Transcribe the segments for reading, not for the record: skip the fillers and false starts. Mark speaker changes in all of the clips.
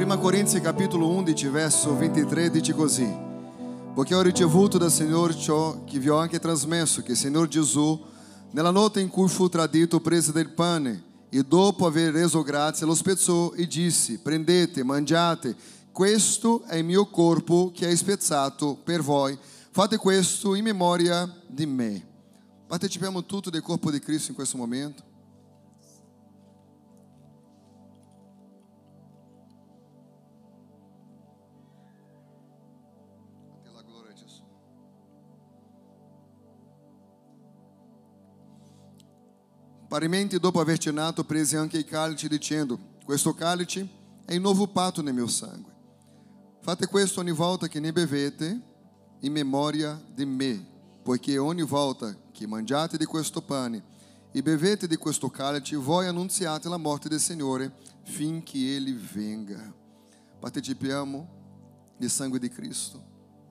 Speaker 1: Prima Corinzi capitolo 11 verso 23 dice così: poiché ho ricevuto dal Signore ciò che vi ho anche trasmesso, che il Signore Gesù, nella notte in cui fu tradito, prese del pane e dopo aver reso grazie lo spezzò e disse: prendete, mangiate, questo è il mio corpo che è spezzato per voi, fate questo in memoria di me. Partecipiamo tutti del corpo di Cristo in questo momento. La gloria a Gesù. Parimenti, dopo aver cenato, prese anche il calice dicendo: questo calice è il nuovo patto nel mio sangue. Fate questo ogni volta che ne bevete in memoria di me, poiché ogni volta che mangiate di questo pane e bevete di questo calice, voi annunziate la morte del Signore finché Ele venga. Partecipiamo del sangue di Cristo.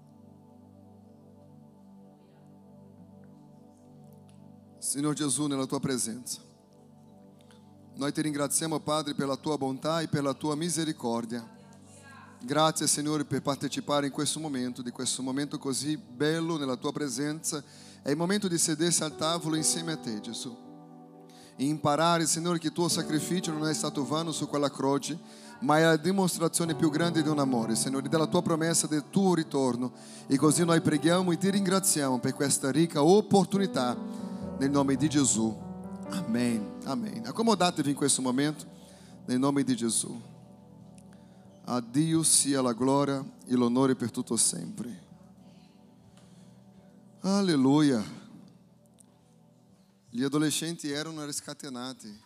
Speaker 1: Signor Gesù, nella tua presenza, noi ti ringraziamo, Padre, per la tua bontà e per la tua misericordia. Grazie, Signore, per partecipare in questo momento, di questo momento così bello nella tua presenza. È il momento di sedersi al tavolo insieme a te, Gesù, e imparare, Signore, che il tuo sacrificio non è stato vano su quella croce, ma è la dimostrazione più grande di un amore, Signore, della tua promessa del tuo ritorno. E così noi preghiamo e ti ringraziamo per questa ricca opportunità, nel nome di Gesù. Amen. Amen. Accomodatevi in questo momento, nel nome di Gesù. A Dio sia la gloria e l'onore per tutto sempre. Alleluia. Gli adolescenti erano scatenati.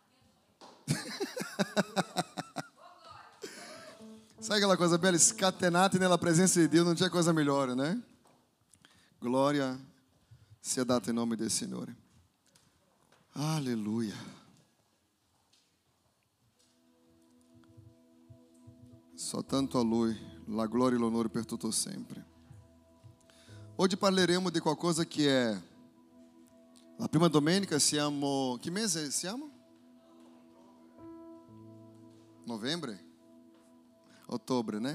Speaker 1: Sai aquela cosa bella? Scatenati nella presenza di Dio, non c'è cosa migliore, né? Gloria sia data in nome del Signore. Alleluia. Soltanto a Lui la gloria e l'onore per tutto sempre. Oggi parleremo di qualcosa che è la prima domenica. Siamo... Che mese siamo? Novembre? Ottobre, né?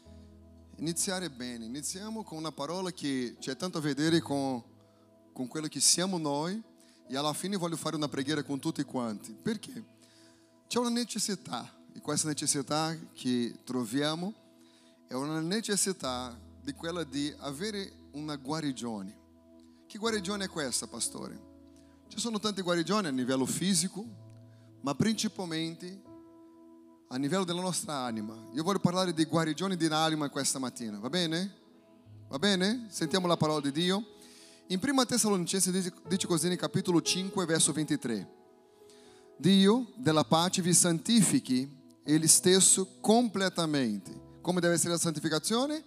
Speaker 1: Iniziare bene. Iniziamo con una parola che c'è tanto a vedere con quello che siamo noi, e alla fine voglio fare una preghiera con tutti quanti. Perché? C'è una necessità, e questa necessità che troviamo è una necessità di quella di avere una guarigione. Che guarigione è questa, pastore? Ci sono tante guarigioni a livello fisico, ma principalmente a livello della nostra anima. Io voglio parlare di guarigione dell'anima questa mattina, va bene? Va bene? Sentiamo la parola di Dio. In 1 Tessalonicesi dice così nel capitolo 5, verso 23. Dio della pace vi santifichi Ele stesso completamente. Come deve essere la santificazione?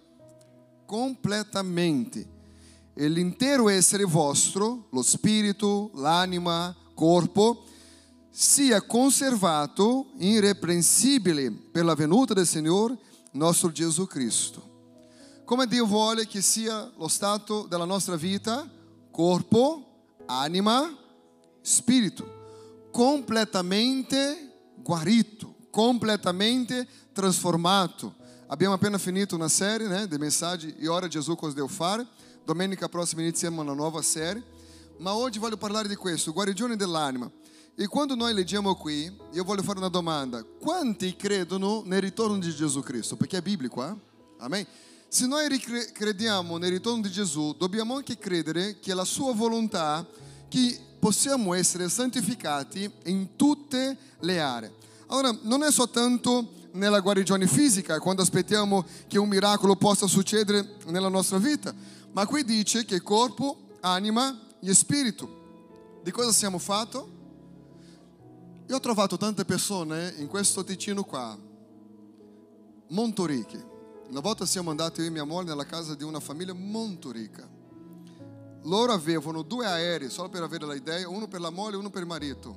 Speaker 1: Completamente. E l'intero essere vostro, lo spirito, l'anima, corpo, sia conservato irrepreensibile per la venuta del Signore nostro Gesù Cristo. Come Dio vuole che sia lo stato della nostra vita, corpo, anima, spirito, completamente guarito, completamente trasformato. Abbiamo appena finito una serie, né, di messaggi E ora Gesù cosa deve fare. Domenica prossima iniziamo una nuova serie, ma oggi voglio parlare di questo, guarigione dell'anima. E quando noi leggiamo qui, io voglio fare una domanda: quanti credono nel ritorno di Gesù Cristo? Perché è biblico, eh? Amen. Se noi crediamo nel ritorno di Gesù, dobbiamo anche credere che è la sua volontà che possiamo essere santificati in tutte le aree. Allora, non è soltanto nella guarigione fisica, quando aspettiamo che un miracolo possa succedere nella nostra vita, ma qui dice che corpo, anima e spirito. Di cosa siamo fatti? Io ho trovato tante persone in questo Ticino qua, molto ricche. Una volta siamo andati io e mia moglie nella casa di una famiglia molto ricca. Loro avevano 2 aerei, solo per avere l'idea, uno per la moglie e uno per il marito.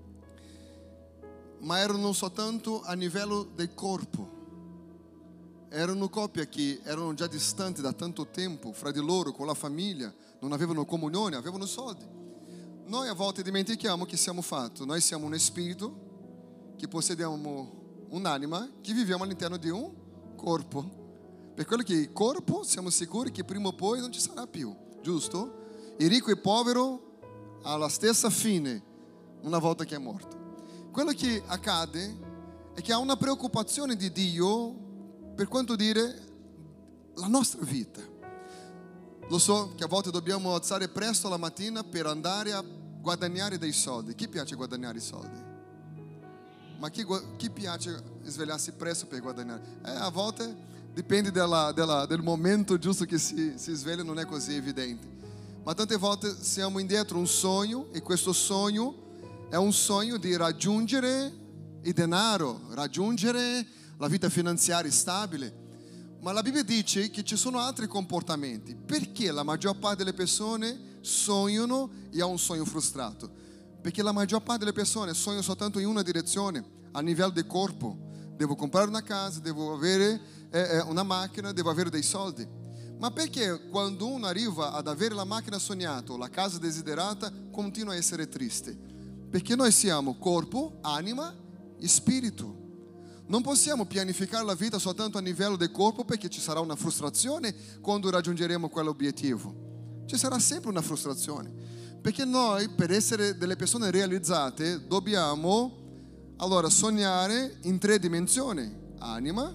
Speaker 1: Ma erano soltanto a livello del corpo. Erano coppie che erano già distanti da tanto tempo fra di loro, con la famiglia, non avevano comunione, avevano soldi. Noi a volte dimentichiamo che siamo fatti. Noi siamo un spirito, che possediamo un'anima che viviamo all'interno di un corpo. Per quello che il corpo siamo sicuri che prima o poi non ci sarà più, giusto? Il ricco e il povero ha la stessa fine una volta che è morto. Quello che accade è che ha una preoccupazione di Dio per quanto dire la nostra vita. Lo so che a volte dobbiamo alzare presto la mattina per andare a guadagnare dei soldi. Chi piace guadagnare i soldi? Ma chi piace svegliarsi presto per guadagnare? A volte dipende del momento giusto che si sveglia, non è così evidente. Ma tante volte siamo indietro un sogno e questo sogno è un sogno di raggiungere il denaro, raggiungere la vita finanziaria stabile. Ma la Bibbia dice che ci sono altri comportamenti. Perché la maggior parte delle persone sognano e ha un sogno frustrato? Perché la maggior parte delle persone sognano soltanto in una direzione, a livello del corpo. Devo comprare una casa, devo avere una macchina, devo avere dei soldi. Ma perché quando uno arriva ad avere la macchina sognata o la casa desiderata continua a essere triste? Perché noi siamo corpo, anima e spirito. Non possiamo pianificare la vita soltanto a livello del corpo, perché ci sarà una frustrazione quando raggiungeremo quell'obiettivo. Ci sarà sempre una frustrazione, perché noi, per essere delle persone realizzate, dobbiamo allora sognare in 3 dimensioni: anima,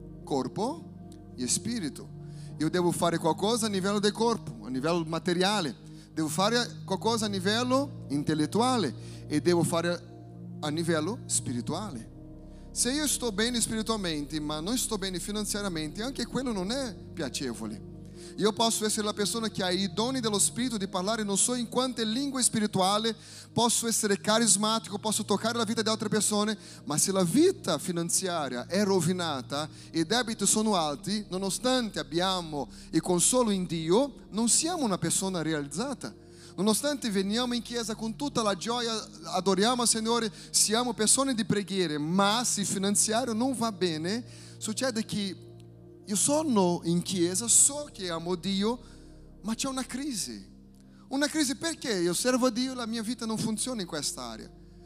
Speaker 1: corpo e spirito. Io devo fare qualcosa a livello del corpo, a livello materiale, devo fare qualcosa a livello intellettuale e devo fare a livello spirituale. Se io sto bene spiritualmente ma non sto bene finanziariamente, anche quello non è piacevole. Io posso essere la persona che ha i doni dello spirito di parlare non so in quante lingue spirituali, posso essere carismatico, posso toccare la vita di altre persone, ma se la vita finanziaria è rovinata e i debiti sono alti, nonostante abbiamo il consolo in Dio, non siamo una persona realizzata. Nonostante veniamo in chiesa con tutta la gioia, adoriamo il Signore, siamo persone di preghiera, ma se il finanziario non va bene, succede che io sono in chiesa, so che amo Dio, ma c'è una crisi. Una crisi perché io servo a Dio e la mia vita non funziona in quest'area.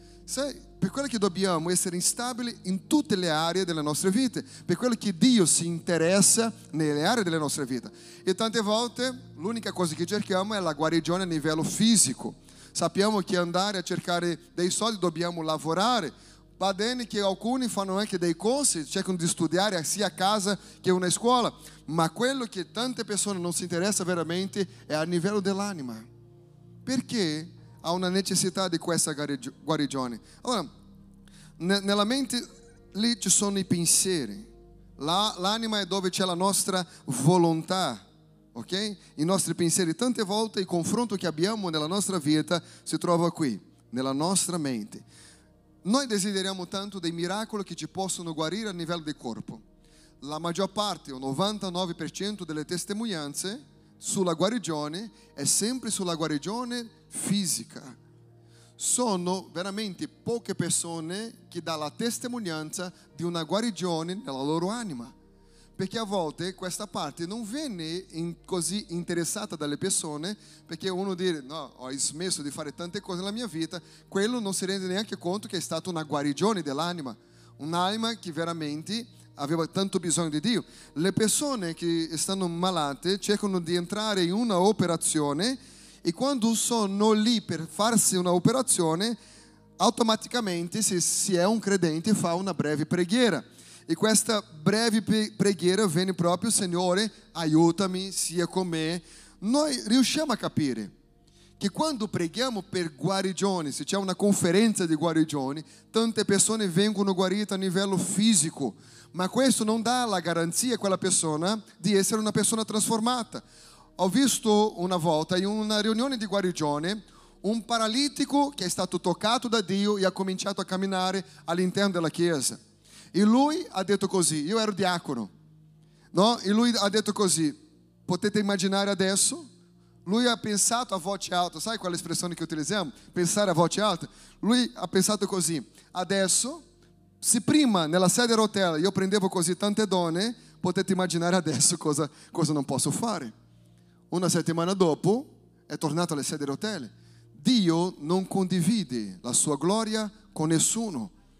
Speaker 1: Per quello che dobbiamo essere instabili in tutte le aree delle nostre vite, per quello che Dio si interessa nelle aree delle nostre vite. E tante volte l'unica cosa che cerchiamo è la guarigione a livello fisico. Sappiamo che andare a cercare dei soldi dobbiamo lavorare. Va bene che alcuni fanno anche dei corsi, cercano di studiare sia a casa che una scuola, ma quello che tante persone non si interessa veramente è a livello dell'anima. Perché ha una necessità di questa guarigione? Allora, nella mente lì ci sono i pensieri. L'anima è dove c'è la nostra volontà, ok? I nostri pensieri. Tante volte il confronto che abbiamo nella nostra vita si trova qui, nella nostra mente. Noi desideriamo tanto dei miracoli che ci possono guarire a livello del corpo. La maggior parte, il 99% delle testimonianze sulla guarigione è sempre sulla guarigione fisica. Sono veramente poche persone che danno la testimonianza di una guarigione nella loro anima, perché a volte questa parte non viene così interessata dalle persone, perché uno dice no, ho smesso di fare tante cose nella mia vita, quello non si rende neanche conto che è stata una guarigione dell'anima, un'anima che veramente aveva tanto bisogno di Dio. Le persone che stanno malate cercano di entrare in una operazione e quando sono lì per farsi una operazione, automaticamente se si è un credente fa una breve preghiera. E questa breve preghiera viene proprio: Signore, aiutami, sia con me. Noi riusciamo a capire che quando preghiamo per guarigione, se c'è una conferenza di guarigioni, tante persone vengono guarite a livello fisico, ma questo non dà la garanzia a quella persona di essere una persona trasformata. Ho visto una volta in una riunione di guarigione un paralitico che è stato toccato da Dio e ha cominciato a camminare all'interno della chiesa. E lui ha detto così, io ero diacono, no? E lui ha detto così, potete immaginare adesso? Lui ha pensato a voce alta, sai quale espressione che utilizziamo? Pensare a voce alta. Lui ha pensato così, adesso, se prima nella sedia a rotella io prendevo così tante donne, potete immaginare adesso cosa non posso fare. Una settimana dopo è tornato alle sedie a rotelle. Dio non condivide la sua gloria con nessuno.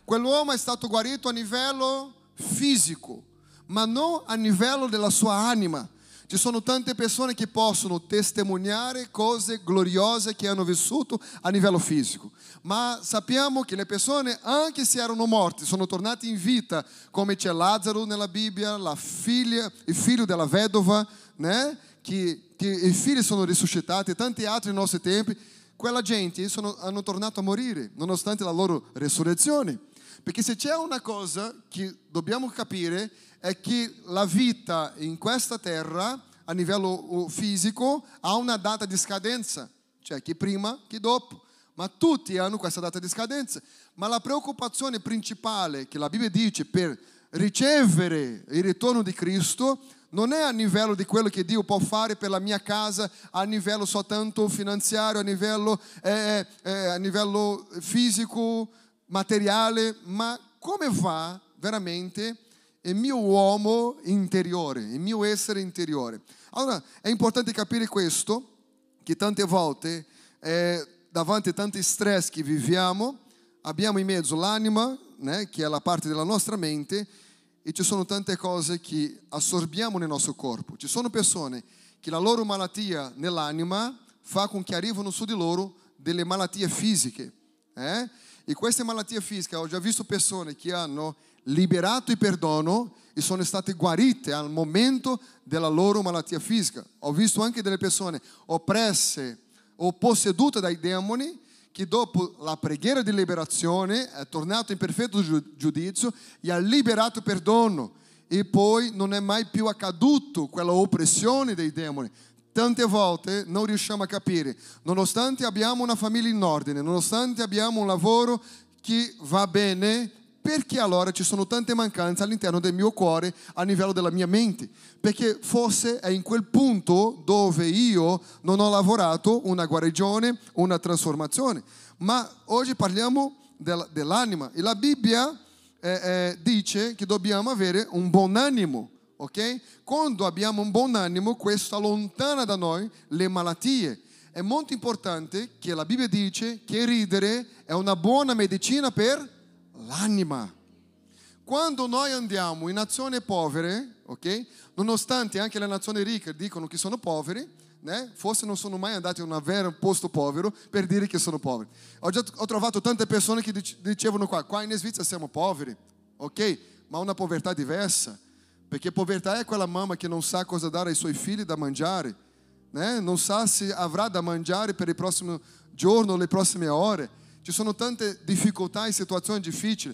Speaker 1: Quell'uomo è stato guarito a livello fisico, ma non a livello della sua anima. Ci sono tante persone che possono testimoniare cose gloriose che hanno vissuto a livello fisico, ma sappiamo che le persone, anche se erano morti, sono tornati in vita, come c'è Lazzaro nella Bibbia, il figlio della vedova, né? che i figli sono risuscitati, e tanti altri nei nostri tempi. Quella gente hanno tornato a morire, nonostante la loro resurrezione. Perché se c'è una cosa che dobbiamo capire è che la vita in questa terra a livello fisico ha una data di scadenza, cioè che prima che dopo, ma tutti hanno questa data di scadenza. Ma la preoccupazione principale che la Bibbia dice per ricevere il ritorno di Cristo non è a livello di quello che Dio può fare per la mia casa, a livello soltanto finanziario, a livello fisico, materiale, ma come va veramente il mio uomo interiore, il mio essere interiore. Allora è importante capire questo, che tante volte davanti a tanti stress che viviamo abbiamo in mezzo l'anima, né, che è la parte della nostra mente, e ci sono tante cose che assorbiamo nel nostro corpo. Ci sono persone che la loro malattia nell'anima fa con che arrivano su di loro delle malattie fisiche. E queste malattie fisiche, ho già visto persone che hanno liberato il perdono e sono state guarite al momento della loro malattia fisica. Ho visto anche delle persone oppresse o possedute dai demoni che dopo la preghiera di liberazione è tornato in perfetto giudizio e ha liberato perdono, e poi non è mai più accaduto quella oppressione dei demoni. Tante volte non riusciamo a capire, nonostante abbiamo una famiglia in ordine, nonostante abbiamo un lavoro che va bene, perché allora ci sono tante mancanze all'interno del mio cuore, a livello della mia mente? Perché forse è in quel punto dove io non ho lavorato una guarigione, una trasformazione. Ma oggi parliamo dell'anima, e la Bibbia dice che dobbiamo avere un buon animo. Ok? Quando abbiamo un buon animo, questo allontana da noi le malattie. È molto importante che la Bibbia dice che ridere è una buona medicina per l'anima. Quando noi andiamo in nazioni povere, ok? Nonostante anche le nazioni ricche dicono che sono poveri, né? Forse non sono mai andati in un vero posto povero per dire che sono poveri. Ho trovato tante persone che dicevano qua in Svizzera siamo poveri, ok? Ma una povertà diversa. Perché povertà è quella mamma che non sa cosa dare ai suoi figli da mangiare, né? Non sa se avrà da mangiare per il prossimo giorno o le prossime ore. Ci sono tante difficoltà e situazioni difficili.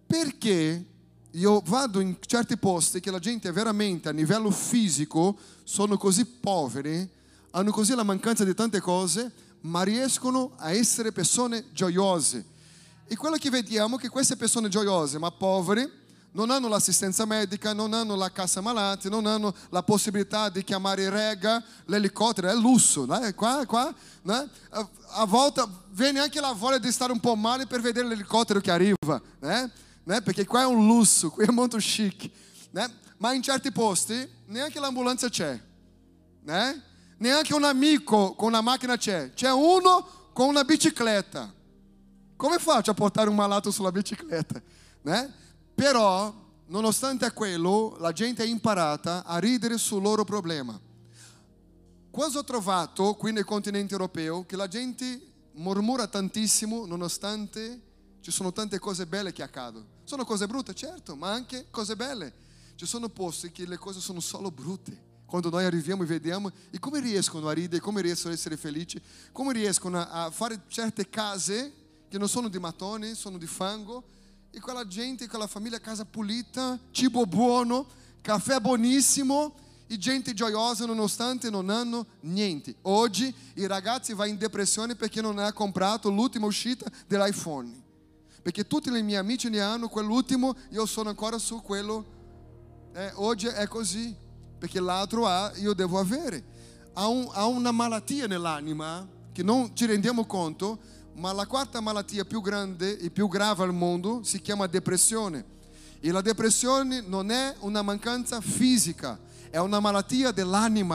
Speaker 1: Perché io vado in certi posti che la gente veramente a livello fisico sono così poveri, hanno così la mancanza di tante cose, ma riescono a essere persone gioiose. E quello che vediamo è che queste persone gioiose ma povere non hanno l'assistenza medica, non hanno la cassa malati, non hanno la possibilità di chiamare il rega, l'elicottero, è lusso, né? Qua, né? A volte viene anche la voglia di stare un po' male per vedere l'elicottero che arriva, né? Perché qua è un lusso, qui è molto chic, né? Ma in certi posti neanche l'ambulanza c'è, né? Neanche un amico con una macchina c'è uno con una bicicletta. Come faccio a portare un malato sulla bicicletta, né? Però, nonostante a quello, la gente è imparata a ridere sul loro problema. Cosa ho trovato qui nel continente europeo? Che la gente mormora tantissimo, nonostante ci sono tante cose belle che accadono. Sono cose brutte, certo, ma anche cose belle. Ci sono posti che le cose sono solo brutte. Quando noi arriviamo e vediamo, e come riescono a ridere, come riescono a essere felici, come riescono a fare certe case che non sono di mattoni, sono di fango, e quella gente, quella famiglia, casa pulita, cibo buono, caffè buonissimo, e gente gioiosa nonostante non hanno niente. Oggi i ragazzi vanno in depressione perché non hanno comprato l'ultima uscita dell'iPhone, perché tutti i miei amici ne hanno quell'ultimo, io sono ancora su quello. Oggi è così, perché l'altro ha, io devo avere. Ha una malattia nell'anima che non ci rendiamo conto. Ma la quarta malattia più grande e più grave al mondo si chiama depressione. E la depressione non è una mancanza fisica, è una malattia dell'anima.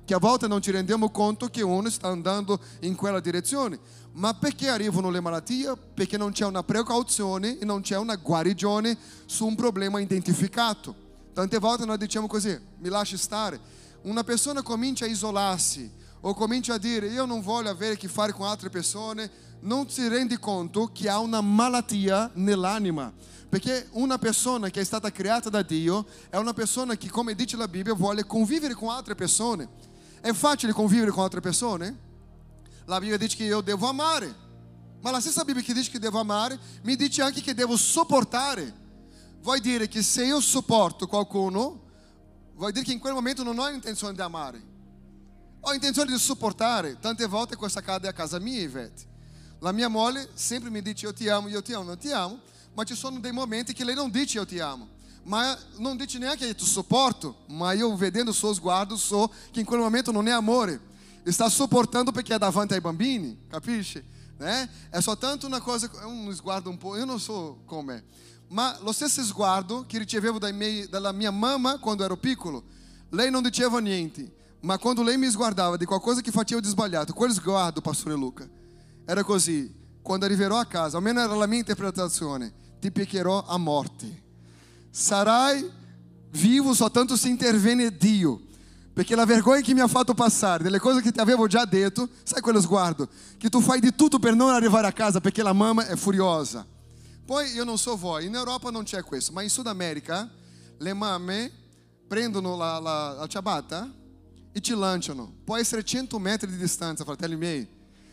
Speaker 1: che a volte non ci rendiamo conto che uno sta andando in quella direzione. Ma perché arrivano le malattie? Perché non c'è una precauzione e non c'è una guarigione su un problema identificato. Tante volte noi diciamo così, mi lasci stare. Una persona comincia a isolarsi o comincia a dire io non voglio avere a che fare con altre persone, non si rende conto che ha una malattia nell'anima. Perché una persona che è stata creata da Dio è una persona che, come dice la Bibbia, vuole convivere con altre persone. È facile convivere con altre persone? La Bibbia dice che io devo amare, ma la stessa Bibbia che dice che devo amare mi dice anche che devo sopportare. Vuol dire che se io sopporto qualcuno, vuol dire che in quel momento non ho intenzione di amare, ho intenzione di sopportare. Tante volte questo accade a casa mia, Ivete. La mia moglie sempre mi dice io ti amo, non ti amo, ma ci sono dei momenti che lei non dice io ti amo, ma non dice neanche io ti sopporto, ma io vedendo il suo sguardo so che in quel momento non è amore. Sta sopportando perché è davanti ai bambini, capisci? È soltanto una cosa, è un sguardo un po', io non so com'è, ma lo stesso sguardo che ricevevo dalla mia mamma quando ero piccolo. Lei non diceva niente, ma quando lei mi sguardava di qualcosa che facevo di sbagliato, quel sguardo, pastore Luca, era così: quando arriverò a casa, almeno era la mia interpretazione, ti picchierò a morte, sarai vivo soltanto se interviene Dio. Perché la vergogna che mi ha fatto passare delle cose che ti avevo già detto, sai quello sguardo che tu fai di tutto per non arrivare a casa perché la mamma è furiosa. Poi io non so voi, in Europa non c'è questo, ma in Sud America le mamme prendono la ciabatta e ti lanciano. Può essere 100 metri di distanza, fratelli miei.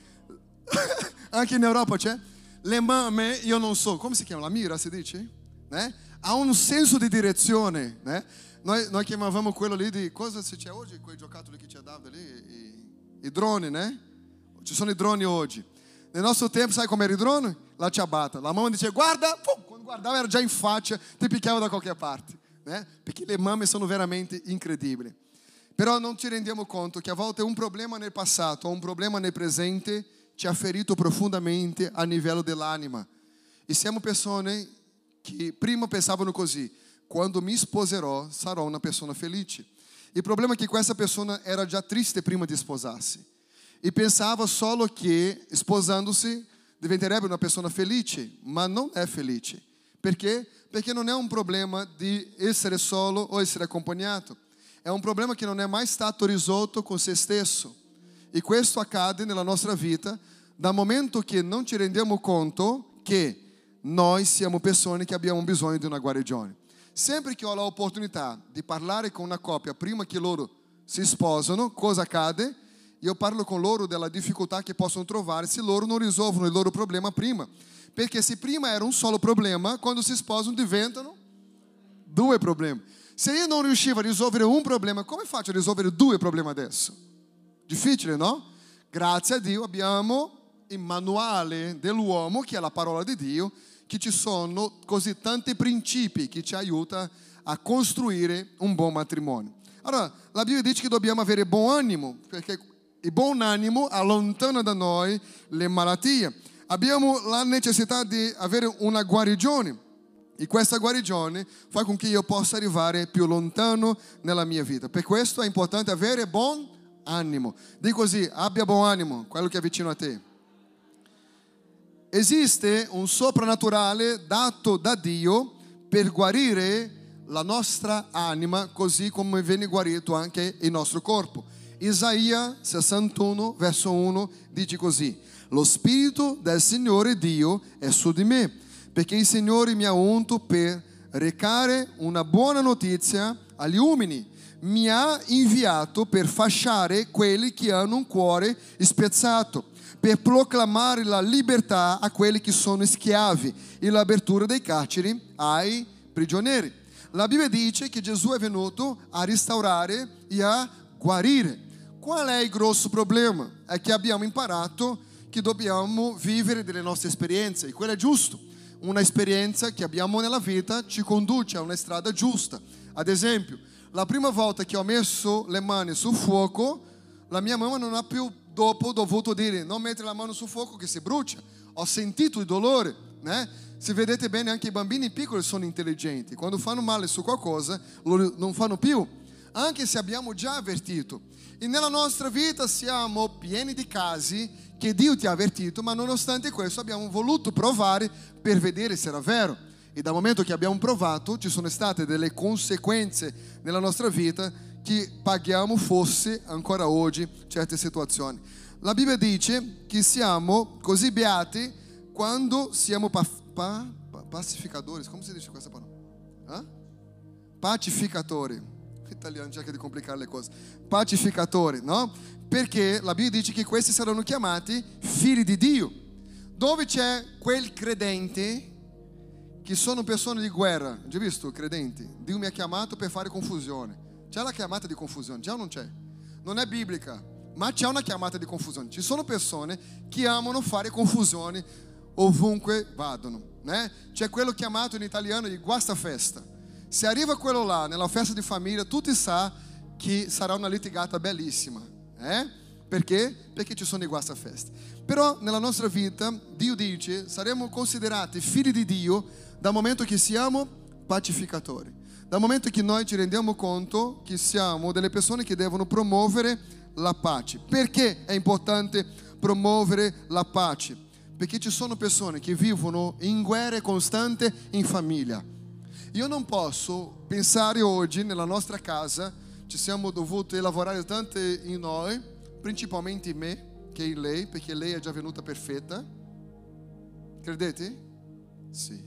Speaker 1: Anche in Europa c'è. Le mamme, io non so, come si chiama? La mira si dice? Ha un senso di direzione, Noi chiamavamo quello lì di, cosa se c'è oggi, quei giocattoli che ci davano lì, i droni, Ci sono i droni oggi. Nel nostro tempo, sai com'era i droni? La ciabatta. La mamma diceva guarda, quando guardava era già in faccia, ti picchiava da qualche parte, Perché le mamme sono veramente incredibili. Però non ci rendiamo conto che a volte un problema nel passato o un problema nel presente ci ha ferito profondamente a livello dell'anima. E siamo persone che prima pensavano così: quando mi sposerò sarò una persona felice. Il problema è che questa persona era già triste prima di sposarsi e pensava solo che sposandosi diventerebbe una persona felice, ma non è felice. Perché? Perché non è un problema di essere solo o essere accompagnato, è un problema che non è mai stato risolto con se stesso. E questo accade nella nostra vita dal momento che non ci rendiamo conto che noi siamo persone che abbiamo bisogno di una guarigione. Sempre che ho l'opportunità di parlare con una coppia prima che loro si sposano, cosa accade? Io parlo con loro della difficoltà che possono trovare se loro non risolvono il loro problema prima. Perché se prima era un solo problema, quando si sposano diventano 2 problemi. Se io non riuscivo a risolvere un problema, come faccio a risolvere 2 problemi adesso? Difficile, no? Grazie a Dio abbiamo il manuale dell'uomo, che è la parola di Dio, che ci sono così tanti principi che ci aiutano a costruire un buon matrimonio. Allora, la Bibbia dice che dobbiamo avere buon animo, perché il buon animo allontana da noi le malattie. Abbiamo la necessità di avere una guarigione e questa guarigione fa con che io possa arrivare più lontano nella mia vita. Per questo è importante avere buon animo. Dico così: abbia buon animo, quello che è vicino a te. Esiste un soprannaturale dato da Dio per guarire la nostra anima, così come viene guarito anche il nostro corpo. Isaia 61, verso 1 dice così: lo Spirito del Signore Dio è su di me, perché il Signore mi ha unto per recare una buona notizia agli umili. Mi ha inviato per fasciare quelli che hanno un cuore spezzato, per proclamare la libertà a quelli che sono schiavi e l'apertura dei carceri ai prigionieri. La Bibbia dice che Gesù è venuto a restaurare e a guarire. Qual è il grosso problema? È che abbiamo imparato che dobbiamo vivere delle nostre esperienze, e quello è giusto. Una esperienza che abbiamo nella vita ci conduce a una strada giusta. Ad esempio, la prima volta che ho messo le mani sul fuoco, la mia mamma non ha più dopo dovuto dire non mettere la mano sul fuoco che si brucia. Ho sentito il dolore, Se vedete bene, anche i bambini piccoli sono intelligenti. Quando fanno male su qualcosa, non fanno più. anche se abbiamo già avvertito. E nella nostra vita siamo pieni di casi che Dio ti ha avvertito, ma nonostante questo abbiamo voluto provare per vedere se era vero. E dal momento che abbiamo provato ci sono state delle conseguenze nella nostra vita che paghiamo forse ancora oggi certe situazioni. La Bibbia dice che siamo così beati quando siamo pacificatori. Come si dice questa parola? Pacificatori. Italiano cerca di complicare le cose. Pacificatori, no? Perché la Bibbia dice che questi saranno chiamati figli di Dio. Dove c'è quel credente che sono persone di guerra, già visto credenti? Dio mi ha chiamato per fare confusione. C'è la chiamata di confusione, già o non c'è? Non è biblica, ma c'è una chiamata di confusione. Ci sono persone che amano fare confusione ovunque vadano, né? C'è quello chiamato in italiano di guastafesta. Se arriva quello là nella festa di famiglia, tutti sanno che sarà una litigata bellissima, Perché? Perché ci sono i guastafeste. Però nella nostra vita Dio dice saremo considerati figli di Dio dal momento che siamo pacificatori, dal momento che noi ci rendiamo conto che siamo delle persone che devono promuovere la pace. Perché è importante promuovere la pace? Perché ci sono persone che vivono in guerre costanti in famiglia. Io non posso pensare oggi nella nostra casa, ci siamo dovuti lavorare tanto in noi, principalmente in me che in lei, perché lei è già venuta perfetta. Credete? Sì,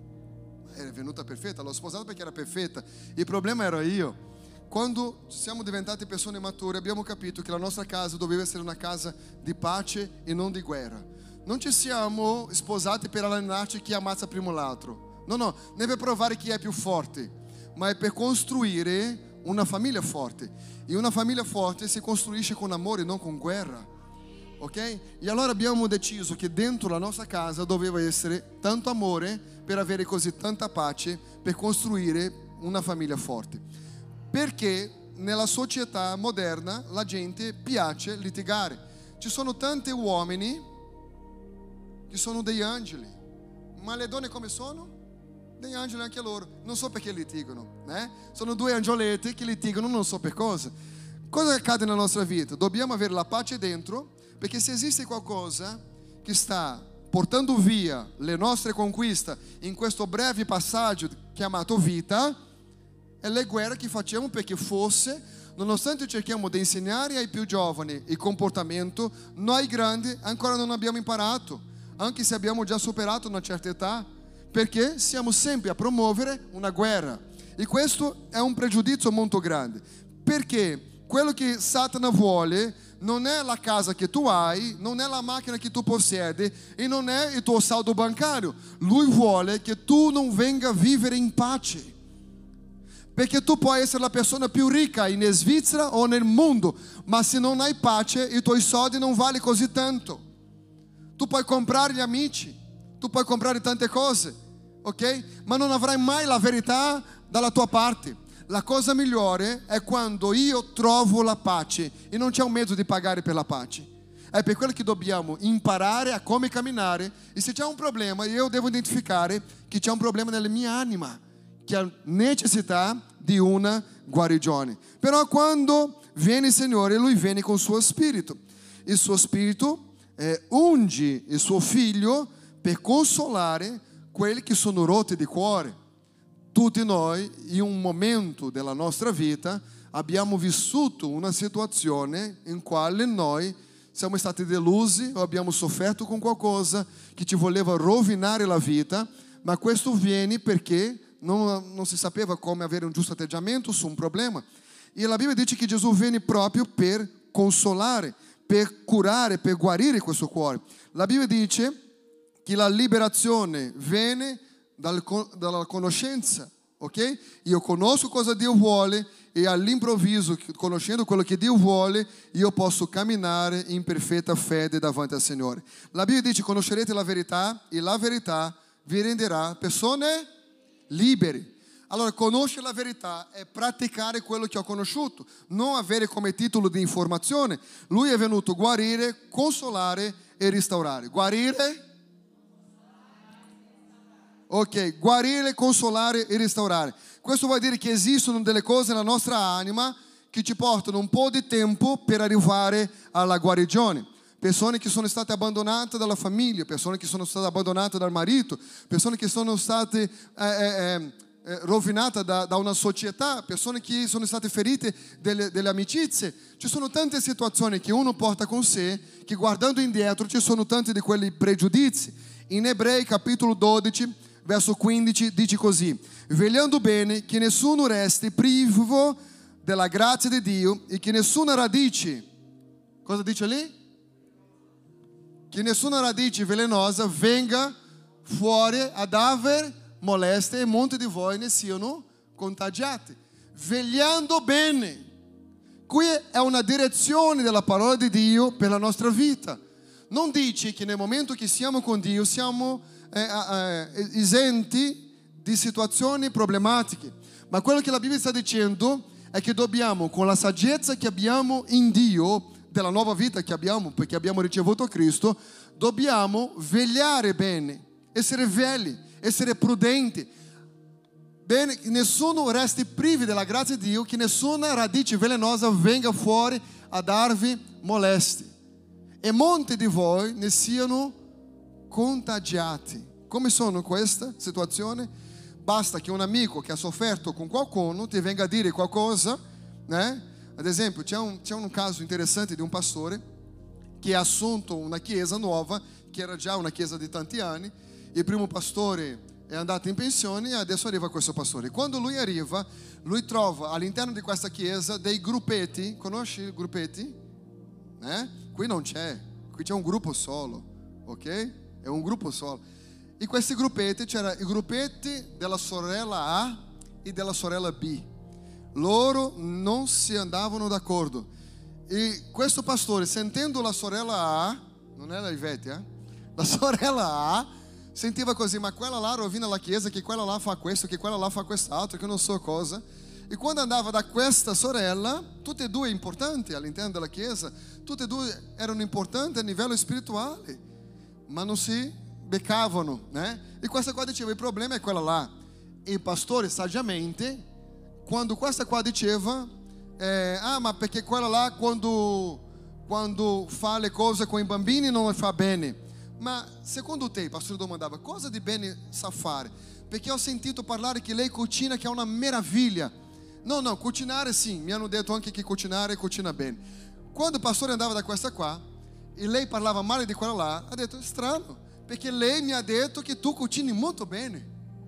Speaker 1: era venuta perfetta, l'ho sposata perché era perfetta. Il problema era io. Quando siamo diventati persone mature abbiamo capito che la nostra casa doveva essere una casa di pace e non di guerra. Non ci siamo sposati per allenarci chi ammazza primo l'altro. No, non è per provare chi è più forte, ma è per costruire una famiglia forte. E una famiglia forte si costruisce con amore, non con guerra. Ok? E allora abbiamo deciso che dentro la nostra casa doveva essere tanto amore per avere così tanta pace, per costruire una famiglia forte. Perché nella società moderna la gente piace litigare. Ci sono tanti uomini che sono degli angeli, ma le donne come sono? Degli angeli anche loro. Non so perché litigano, Sono due angioletti che litigano non so per cosa. Cosa accade nella nostra vita? Dobbiamo avere la pace dentro, perché se esiste qualcosa che sta portando via le nostre conquiste in questo breve passaggio chiamato vita, è le guerre che facciamo perché forse, nonostante cerchiamo di insegnare ai più giovani il comportamento, noi grandi ancora non abbiamo imparato, anche se abbiamo già superato una certa età, perché siamo sempre a promuovere una guerra. E questo è un pregiudizio molto grande, perché quello che Satana vuole non è la casa che tu hai, non è la macchina che tu possiedi e non è il tuo saldo bancario. Lui vuole che tu non venga a vivere in pace, perché tu puoi essere la persona più ricca in Svizzera o nel mondo, ma se non hai pace i tuoi soldi non vale così tanto. Tu puoi comprare gli amici, tu puoi comprare tante cose, ok? Ma non avrai mai la verità dalla tua parte. La cosa migliore è quando io trovo la pace e non c'è un mezzo di pagare per la pace. È per quello che dobbiamo imparare a come camminare, e se c'è un problema io devo identificare che c'è un problema nella mia anima, che ha necessità di una guarigione. Però quando viene il Signore, Lui viene con il suo Spirito. Il suo Spirito unge il suo Figlio per consolare quelli che sono rotti di cuore. Tutti noi in un momento della nostra vita abbiamo vissuto una situazione in quale noi siamo stati delusi o abbiamo sofferto con qualcosa che ci voleva rovinare la vita, ma questo viene perché non si sapeva come avere un giusto atteggiamento su un problema. E la Bibbia dice che Gesù viene proprio per consolare, per curare, per guarire questo cuore. La Bibbia dice che la liberazione viene dalla conoscenza, ok? Io conosco cosa Dio vuole e all'improvviso, conoscendo quello che Dio vuole, io posso camminare in perfetta fede davanti al Signore. La Bibbia dice: conoscerete la verità e la verità vi renderà persone libere. Allora, conoscere la verità è praticare quello che ho conosciuto, non avere come titolo di informazione. Lui è venuto a guarire, consolare e restaurare. Guarire, Ok, guarire, consolare e restaurare. Questo vuol dire che esistono delle cose nella nostra anima che ci portano un po' di tempo per arrivare alla guarigione. Persone che sono state abbandonate dalla famiglia, persone che sono state abbandonate dal marito, persone che sono state rovinate da una società, persone che sono state ferite delle amicizie. Ci sono tante situazioni che uno porta con sé, che guardando indietro ci sono tanti di quelli pregiudizi. In Ebrei capitolo 12, verso 15 dice così: vegliando bene che nessuno resti privo della grazia di Dio e che nessuna radice, cosa dice lì? Che nessuna radice velenosa venga fuori ad aver moleste e molti di voi ne siano contagiati. Vegliando bene. Qui è una direzione della parola di Dio per la nostra vita. Non dice che nel momento che siamo con Dio siamo esenti di situazioni problematiche, ma quello che la Bibbia sta dicendo è che dobbiamo, con la saggezza che abbiamo in Dio, della nuova vita che abbiamo perché abbiamo ricevuto Cristo, dobbiamo vegliare bene, essere vegli, essere prudenti, bene, che nessuno resti privi della grazia di Dio, che nessuna radice velenosa venga fuori a darvi molesti e molti di voi ne siano contagiati. Come sono questa situazione? Basta che un amico che ha sofferto con qualcuno ti venga a dire qualcosa, né? Ad esempio, c'è un caso interessante di un pastore che ha assunto una chiesa nuova, che era già una chiesa di tanti anni. Il primo pastore è andato in pensione e adesso arriva questo pastore. Quando lui arriva, lui trova all'interno di questa chiesa dei gruppetti. Conosci i gruppetti? Qui non c'è, qui c'è un gruppo solo, ok? È un gruppo solo. In questi gruppetti c'erano i gruppetti della sorella A e della sorella B. Loro non si andavano d'accordo. E questo pastore, sentendo la sorella A, non è la Ivete, la sorella A, sentiva così: ma quella là rovina la chiesa, che quella là fa questo, che quella là fa quest'altro, che non so cosa. E quando andava da questa sorella, tutte e due importanti all'interno della chiesa, tutte e due erano importanti a livello spirituale, ma non si beccavano, né? E questa qua diceva: il problema è quella là. E il pastore saggiamente, quando questa qua diceva ma perché quella là quando fa le cose con i bambini non le fa bene. Ma secondo te, il pastore domandava: cosa di bene sa fare? Perché ho sentito parlare che lei cucina, che è una meraviglia. No, cucinare sì, mi hanno detto anche che cucinare cucina bene. Quando il pastore andava da questa qua e lei parlava male di quella là, ha detto: è strano, perché lei mi ha detto che tu cucini molto bene.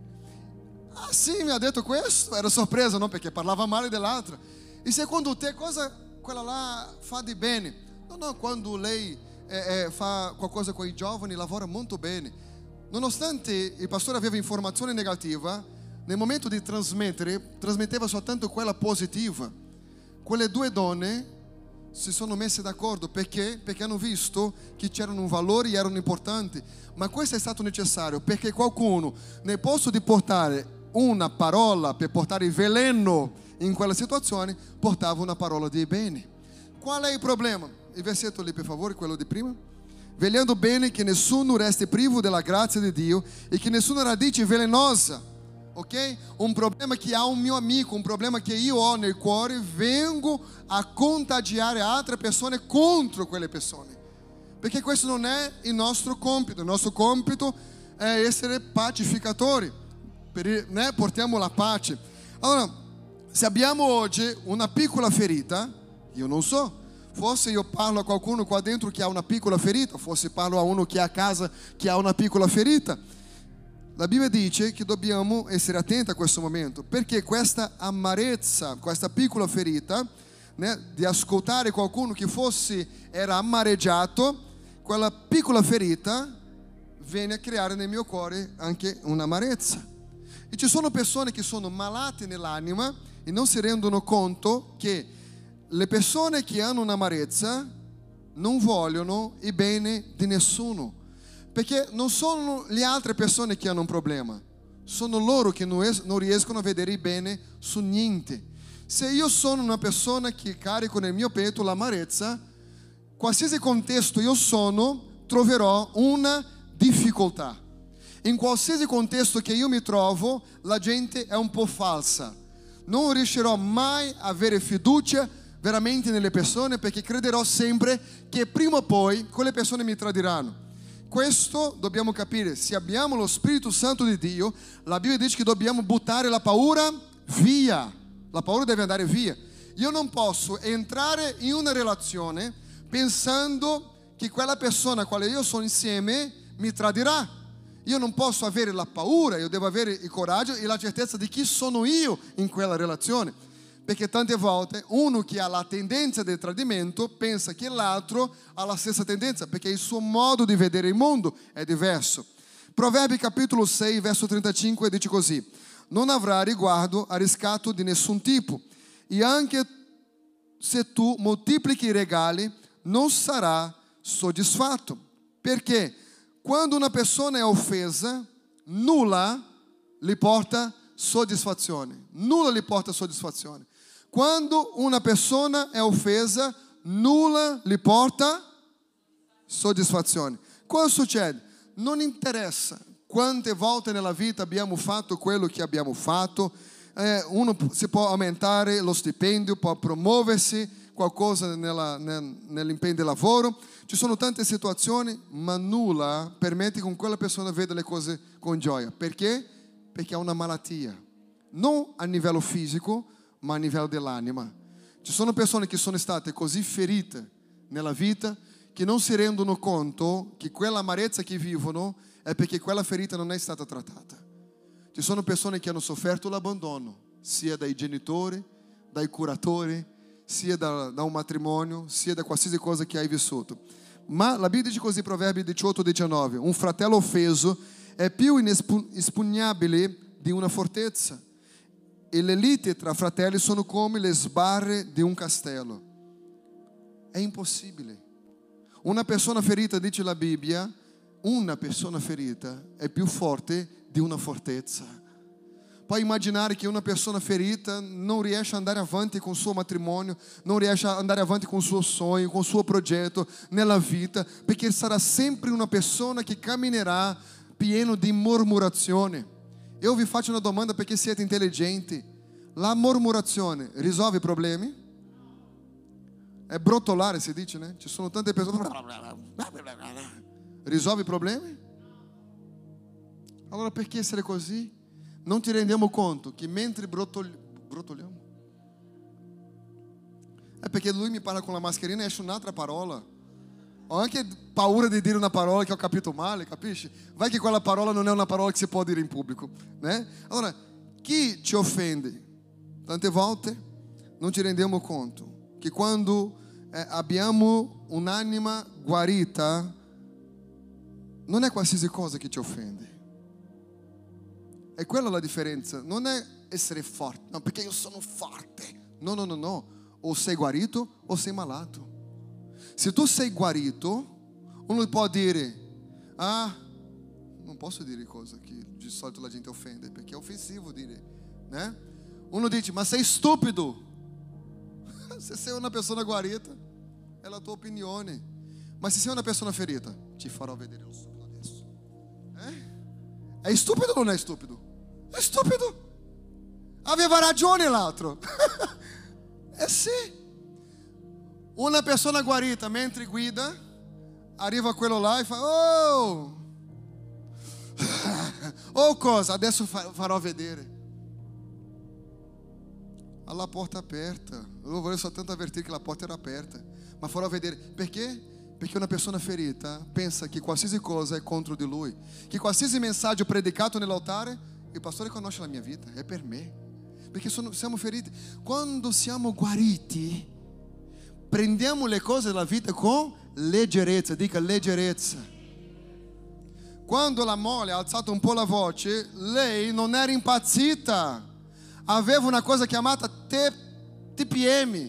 Speaker 1: Ah sì, mi ha detto questo? Era sorpresa, no? Perché parlava male dell'altra. E secondo te cosa quella là fa di bene? No, quando lei fa qualcosa con i giovani lavora molto bene. Nonostante il pastore aveva informazione negativa, nel momento di trasmettere, trasmetteva soltanto quella positiva. Quelle due donne si sono messe d'accordo perché hanno visto che c'erano un valore e erano importanti. Ma questo è stato necessario perché qualcuno, nel posto di portare una parola per portare il veleno in quella situazione, portava una parola di bene. Qual è il problema? Il versetto lì, per favore, quello di prima. Vegliando bene che nessuno resti privo della grazia di Dio e che nessuna radice velenosa, ok? Un problema che ha un mio amico, un problema che io ho nel cuore, vengo a contagiare altre persone contro quelle persone. Perché questo non è il nostro compito è essere pacificatori, portiamo la pace. Allora, se abbiamo oggi una piccola ferita, io non so, forse io parlo a qualcuno qua dentro che ha una piccola ferita, forse parlo a uno che è a casa che ha una piccola ferita. La Bibbia dice che dobbiamo essere attenti a questo momento, perché questa amarezza, questa piccola ferita, di ascoltare qualcuno che era amareggiato, quella piccola ferita viene a creare nel mio cuore anche un'amarezza. E ci sono persone che sono malate nell'anima e non si rendono conto che le persone che hanno un'amarezza non vogliono il bene di nessuno, perché non sono le altre persone che hanno un problema, sono loro che non riescono a vedere il bene su niente. Se io sono una persona che carico nel mio petto l'amarezza, qualsiasi contesto io sono, troverò una difficoltà. In qualsiasi contesto che io mi trovo, la gente è un po' falsa. Non riuscirò mai a avere fiducia veramente nelle persone, perché crederò sempre che prima o poi quelle persone mi tradiranno. Questo dobbiamo capire. Se abbiamo lo Spirito Santo di Dio, la Bibbia dice che dobbiamo buttare la paura via. La paura deve andare via. Io non posso entrare in una relazione pensando che quella persona a quale io sono insieme mi tradirà. Io non posso avere la paura, io devo avere il coraggio e la certezza di chi sono io in quella relazione. Perché tante volte uno che ha la tendenza del tradimento pensa che l'altro ha la stessa tendenza, perché il suo modo di vedere il mondo è diverso. Proverbi capitolo 6, verso 35 dice così: non avrà riguardo a riscatto di nessun tipo, e anche se tu moltiplichi i regali non sarà soddisfatto. Perché quando una persona è offesa, nulla gli porta soddisfazione. Nulla gli porta soddisfazione. Quando una persona è offesa, nulla gli porta soddisfazione. Cosa succede? Non interessa quante volte nella vita abbiamo fatto quello che abbiamo fatto. Uno si può aumentare lo stipendio, può promuoversi qualcosa nell'impegno di lavoro. Ci sono tante situazioni, ma nulla permette che quella persona veda le cose con gioia. Perché? Perché ha una malattia. Non a livello fisico, ma a livello dell'anima. Ci sono persone che sono state così ferite nella vita che non si rendono conto che quella amarezza che vivono è perché quella ferita non è stata trattata. Ci sono persone che hanno sofferto l'abbandono, sia dai genitori, dai curatori, sia da un matrimonio, sia da qualsiasi cosa che hai vissuto. Ma la Bibbia dice così, Proverbi 18-19: un fratello offeso è più inespugnabile di una fortezza, e le liti tra fratelli sono come le sbarre di un castello. È impossibile. Una persona ferita, dice la Bibbia, una persona ferita è più forte di una fortezza. Puoi immaginare che una persona ferita non riesce ad andare avanti con il suo matrimonio, non riesce ad andare avanti con il suo sogno, con il suo progetto nella vita, perché sarà sempre una persona che camminerà pieno di mormurazione. Io vi faccio una domanda perché siete intelligenti. La mormurazione risolve i problemi? È brottolare, si dice, né? Ci sono tante persone. Risolve i problemi? Allora perché essere così? Non ti rendiamo conto che mentre brottoliamo? È perché lui mi parla con la mascherina e esce un'altra parola. Ho anche paura di dire una parola che ho capito male, capisci? Vai che quella parola non è una parola che si può dire in pubblico, né? Allora, chi ci offende? Tante volte non ci rendiamo conto che quando abbiamo un'anima guarita, non è qualsiasi cosa che ci offende. E quella è la differenza. Non è essere forte, no, perché io sono forte. No, no, no, no. O sei guarito o sei malato. Se tu sei guarito, uno può dire: ah, non posso dire cose che di solito la gente offende, perché è offensivo dire, né? Uno dice: ma sei stupido. Se sei una persona guarita, è la tua opinione. Ma se sei una persona ferita, ti farò vedere lo stupido adesso. È stupido o non è stupido? È stupido. Aveva ragione l'altro. Sì. Una persona guarita mentre guida, arriva quello là e fa: oh, oh cosa? Adesso farò vedere. Ha la porta aperta. Eu volevo soltanto avvertir che la porta era aperta, ma farò vedere. Perché? Perché una persona ferita pensa che qualsiasi cosa è contro di lui, che qualsiasi messaggio predicato nell'altare, il pastore conosce la mia vita, è per me, perché siamo feriti. Quando siamo guariti, prendiamo le cose della vita con leggerezza. Dica leggerezza. Quando la moglie ha alzato un po' la voce, lei non era impazzita, aveva una cosa chiamata TPM.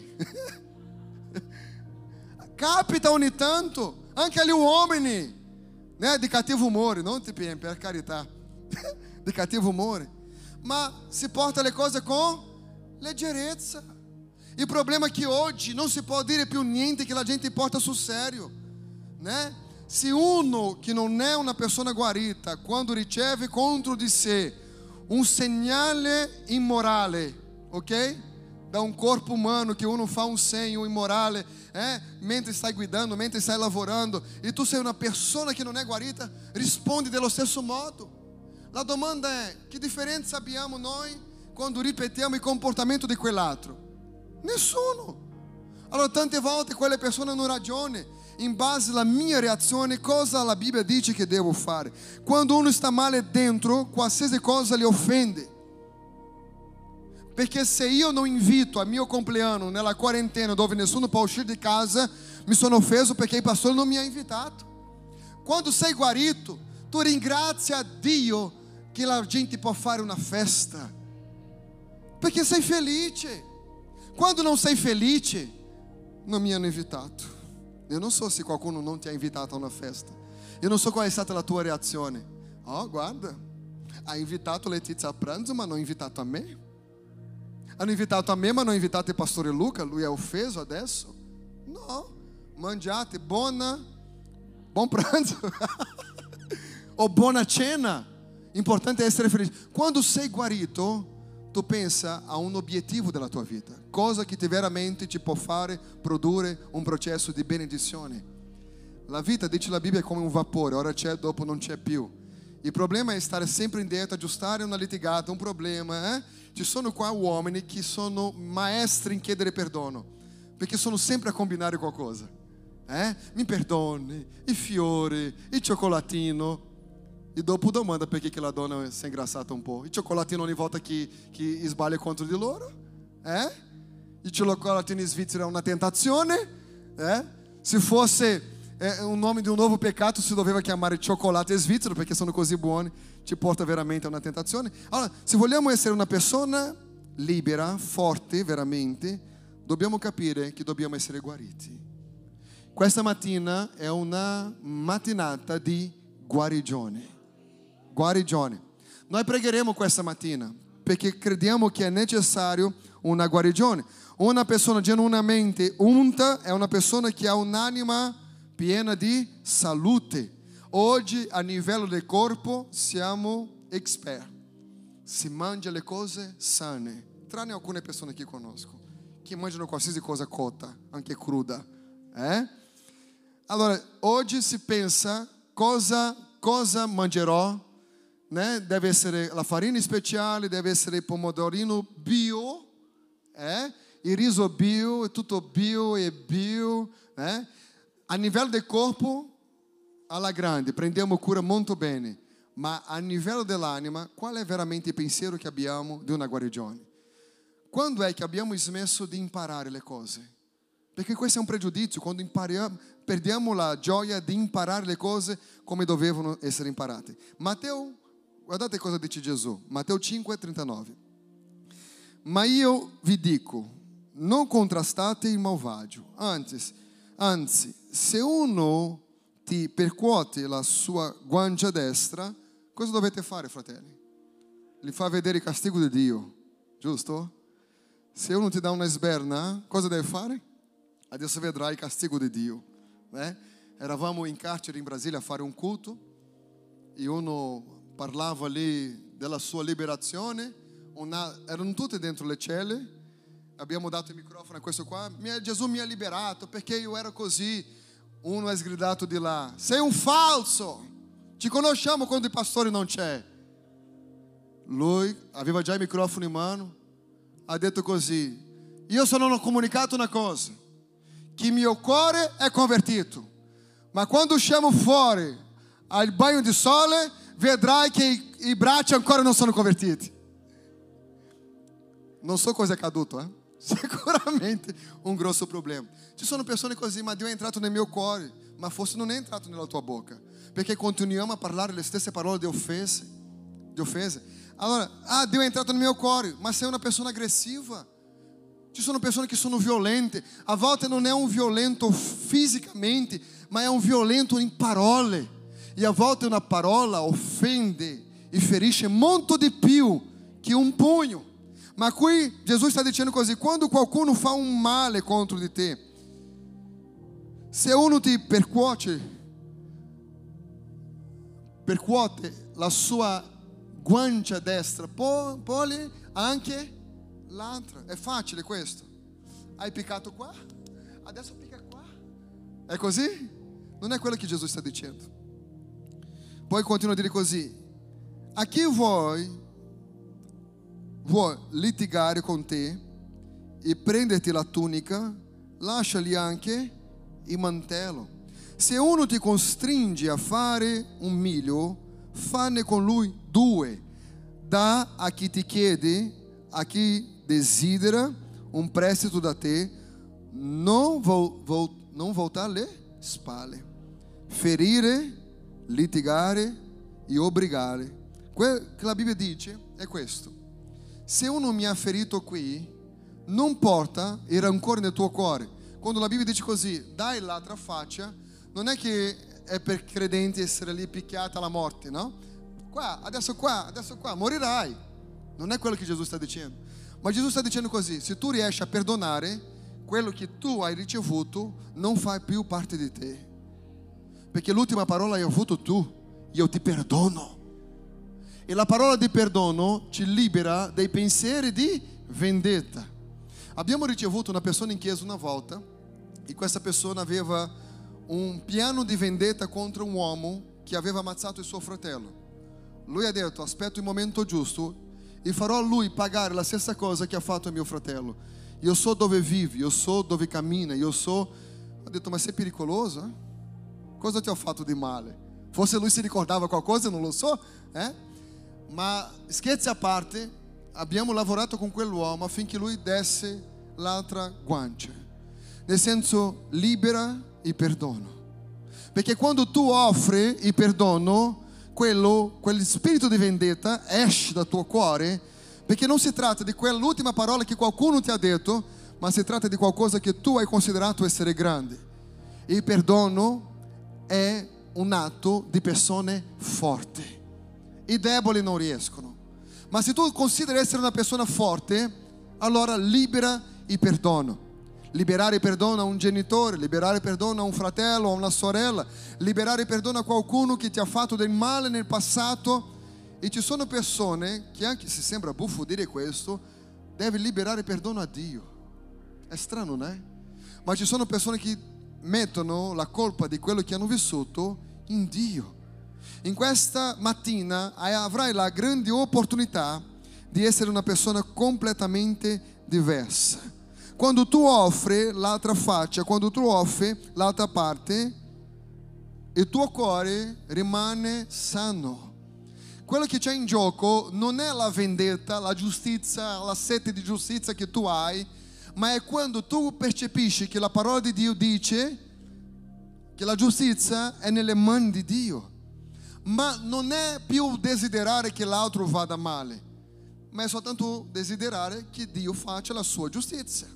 Speaker 1: Capita ogni tanto, anche agli uomini, né? Di cattivo umore, non TPM, per carità, di cattivo umore, ma si porta le cose con leggerezza. Il problema è che oggi non si può dire più niente che la gente porta sul serio, né? Se uno che non è una persona guarita, quando riceve contro di sé un segnale immorale, ok? Da un corpo umano che uno fa un segno immorale, mentre stai guidando, mentre stai lavorando, e tu sei una persona che non è guarita, rispondi dello stesso modo. La domanda è: che differenza abbiamo noi quando ripetiamo il comportamento di quell'altro? Nessuno. Allora tante volte quelle persone hanno ragione. In base alla mia reazione, cosa la Bibbia dice che devo fare? Quando uno sta male dentro, qualsiasi cosa li offende. Perché se io non invito a mio compleanno nella quarantena dove nessuno può uscire di casa, mi sono offeso perché il pastore non mi ha invitato. Quando sei guarito, tu ringrazia Dio che la gente può fare una festa, perché sei felice. Quando non sei felice, non mi hanno invitato. Eu non so se qualcuno non ti ha invitato a una festa. Eu non so qual è stata la tua reazione. Oh, guarda, ha invitato Letizia a pranzo ma non ha invitato a me. Hanno invitato a me ma non ha invitato il pastore Luca. Lui è offeso adesso? No, mangiate buon pranzo o buona cena. Importante è essere felice. Quando sei guarito, tu pensa a un obiettivo della tua vita, cosa che veramente ti può fare produrre un processo di benedizione. La vita, dice la Bibbia, è come un vapore, ora c'è, dopo non c'è più. Il problema è stare sempre indietro, aggiustare una litigata, un problema. Ci sono qua uomini che sono maestri in chiedere perdono, perché sono sempre a combinare qualcosa. Mi perdoni, i fiori, il cioccolatino. E dopo domanda perché che la donna si è ingrassata un po'. Il cioccolatino ogni volta che sbaglia contro di loro? Il cioccolatino in Svizzera è una tentazione? Se fosse un nome di un nuovo peccato si doveva chiamare cioccolate svizzero, perché sono così buoni, ci porta veramente a una tentazione. Allora, se vogliamo essere una persona libera, forte veramente, dobbiamo capire che dobbiamo essere guariti. Questa mattina è una mattinata di guarigione. Guarigione. Noi pregheremo questa mattina perché crediamo che è necessario una guarigione. Una persona genuinamente unta è una persona che ha un'anima piena di salute. Oggi a livello del corpo siamo esperti. Si mangia le cose sane, tranne alcune persone che conosco, che mangiano qualsiasi cosa cotta, anche cruda. Allora, oggi si pensa cosa mangerò. Deve essere la farina speciale, deve essere il pomodorino bio, il riso bio, è tutto bio e bio. A livello del corpo, alla grande, prendiamo cura molto bene, ma a livello dell'anima, qual è veramente il pensiero che abbiamo di una guarigione? Quando è che abbiamo smesso di imparare le cose? Perché questo è un pregiudizio, quando perdiamo la gioia di imparare le cose come dovevano essere imparate. Matteo, guardate cosa dice Gesù, Matteo 5,39. Ma io vi dico, non contrastate il malvagio, anzi, se uno ti percuote la sua guancia destra, cosa dovete fare, fratelli? Gli fa vedere il castigo di Dio, giusto? Se uno ti dà una sberna, cosa deve fare? Adesso vedrai il castigo di Dio. Eravamo in carcere in Brasile a fare un culto e uno parlava lì della sua liberazione. Erano tutti dentro le celle. Abbiamo dato il microfono a questo qua. Gesù mi ha liberato perché io ero così. Uno ha sgridato di là: sei un falso, ci conosciamo quando il pastore non c'è. Lui aveva già il microfono in mano, ha detto così: io sono comunicato una cosa, che il mio cuore è convertito, ma quando usciamo fuori al bagno di sole vedrai che i bracci ancora non sono convertiti. Non so cosa è accaduto, Sicuramente un grosso problema. Ci sono persone così: ma Dio è entrato nel mio cuore, ma forse non è entrato nella tua bocca, perché continuiamo a parlare le stesse parole di offese. Allora, Dio è entrato nel mio cuore, ma sei una persona aggressiva. Ci sono persone che sono violente. A volte non è un violento fisicamente, ma è un violento in parole. E a volte una parola offende e ferisce molto di più che un pugno. Ma qui Gesù sta dicendo così: quando qualcuno fa un male contro di te, se uno ti percuote percuote la sua guancia destra, poi anche l'altra. È facile questo. Hai piccato qua, adesso picca qua. È così? Non è quello che Gesù sta dicendo. Poi continua a dire così: a chi vuoi litigare con te e prenderti la tunica, lasciagli anche il mantello. Se uno ti costringe a fare un miglio, fanne con lui 2. Dà a chi ti chiede, a chi desidera un prestito da te, non voltare le spalle. Ferire, litigare e obbligare. Quello che la Bibbia dice è questo: se uno mi ha ferito qui, non porta il rancore nel tuo cuore. Quando la Bibbia dice così, dai l'altra faccia, non è che è per credenti essere lì picchiati alla morte, no? Qua, adesso qua, morirai. Non è quello che Gesù sta dicendo. Ma Gesù sta dicendo così: se tu riesci a perdonare, quello che tu hai ricevuto non fa più parte di te. Perché l'ultima parola hai avuto tu. Io ti perdono. E la parola di perdono ci libera dai pensieri di vendetta. Abbiamo ricevuto una persona in chiesa una volta e questa persona aveva un piano di vendetta contro un uomo che aveva ammazzato il suo fratello. Lui ha detto: aspetto il momento giusto e farò a lui pagare la stessa cosa che ha fatto a mio fratello. Io so dove vivi, io so dove cammina, io so... Ho detto: ma sei pericoloso? Cosa ti ho fatto di male? Forse lui si ricordava qualcosa, non lo so, Ma scherzi a parte, abbiamo lavorato con quell'uomo affinché lui desse l'altra guancia. Nel senso, libera il perdono. Perché quando tu offri il perdono, quel spirito di vendetta esce dal tuo cuore, perché non si tratta di quell'ultima parola che qualcuno ti ha detto, ma si tratta di qualcosa che tu hai considerato essere grande. Il perdono è un atto di persone forti. I deboli non riescono. Ma se tu consideri essere una persona forte, allora libera il perdono. Liberare il perdono a un genitore, liberare il perdono a un fratello, a una sorella, liberare il perdono a qualcuno che ti ha fatto del male nel passato. E ci sono persone che, anche se sembra buffo dire questo, devi liberare il perdono a Dio. È strano, non è? Ma ci sono persone che mettono la colpa di quello che hanno vissuto in Dio. In questa mattina avrai la grande opportunità di essere una persona completamente diversa. Quando tu offri l'altra faccia, quando tu offri l'altra parte, il tuo cuore rimane sano. Quello che c'è in gioco non è la vendetta, la giustizia, la sete di giustizia che tu hai, ma è quando tu percepisci che la parola di Dio dice che la giustizia è nelle mani di Dio. Ma non è più desiderare che l'altro vada male, ma è soltanto desiderare che Dio faccia la sua giustizia.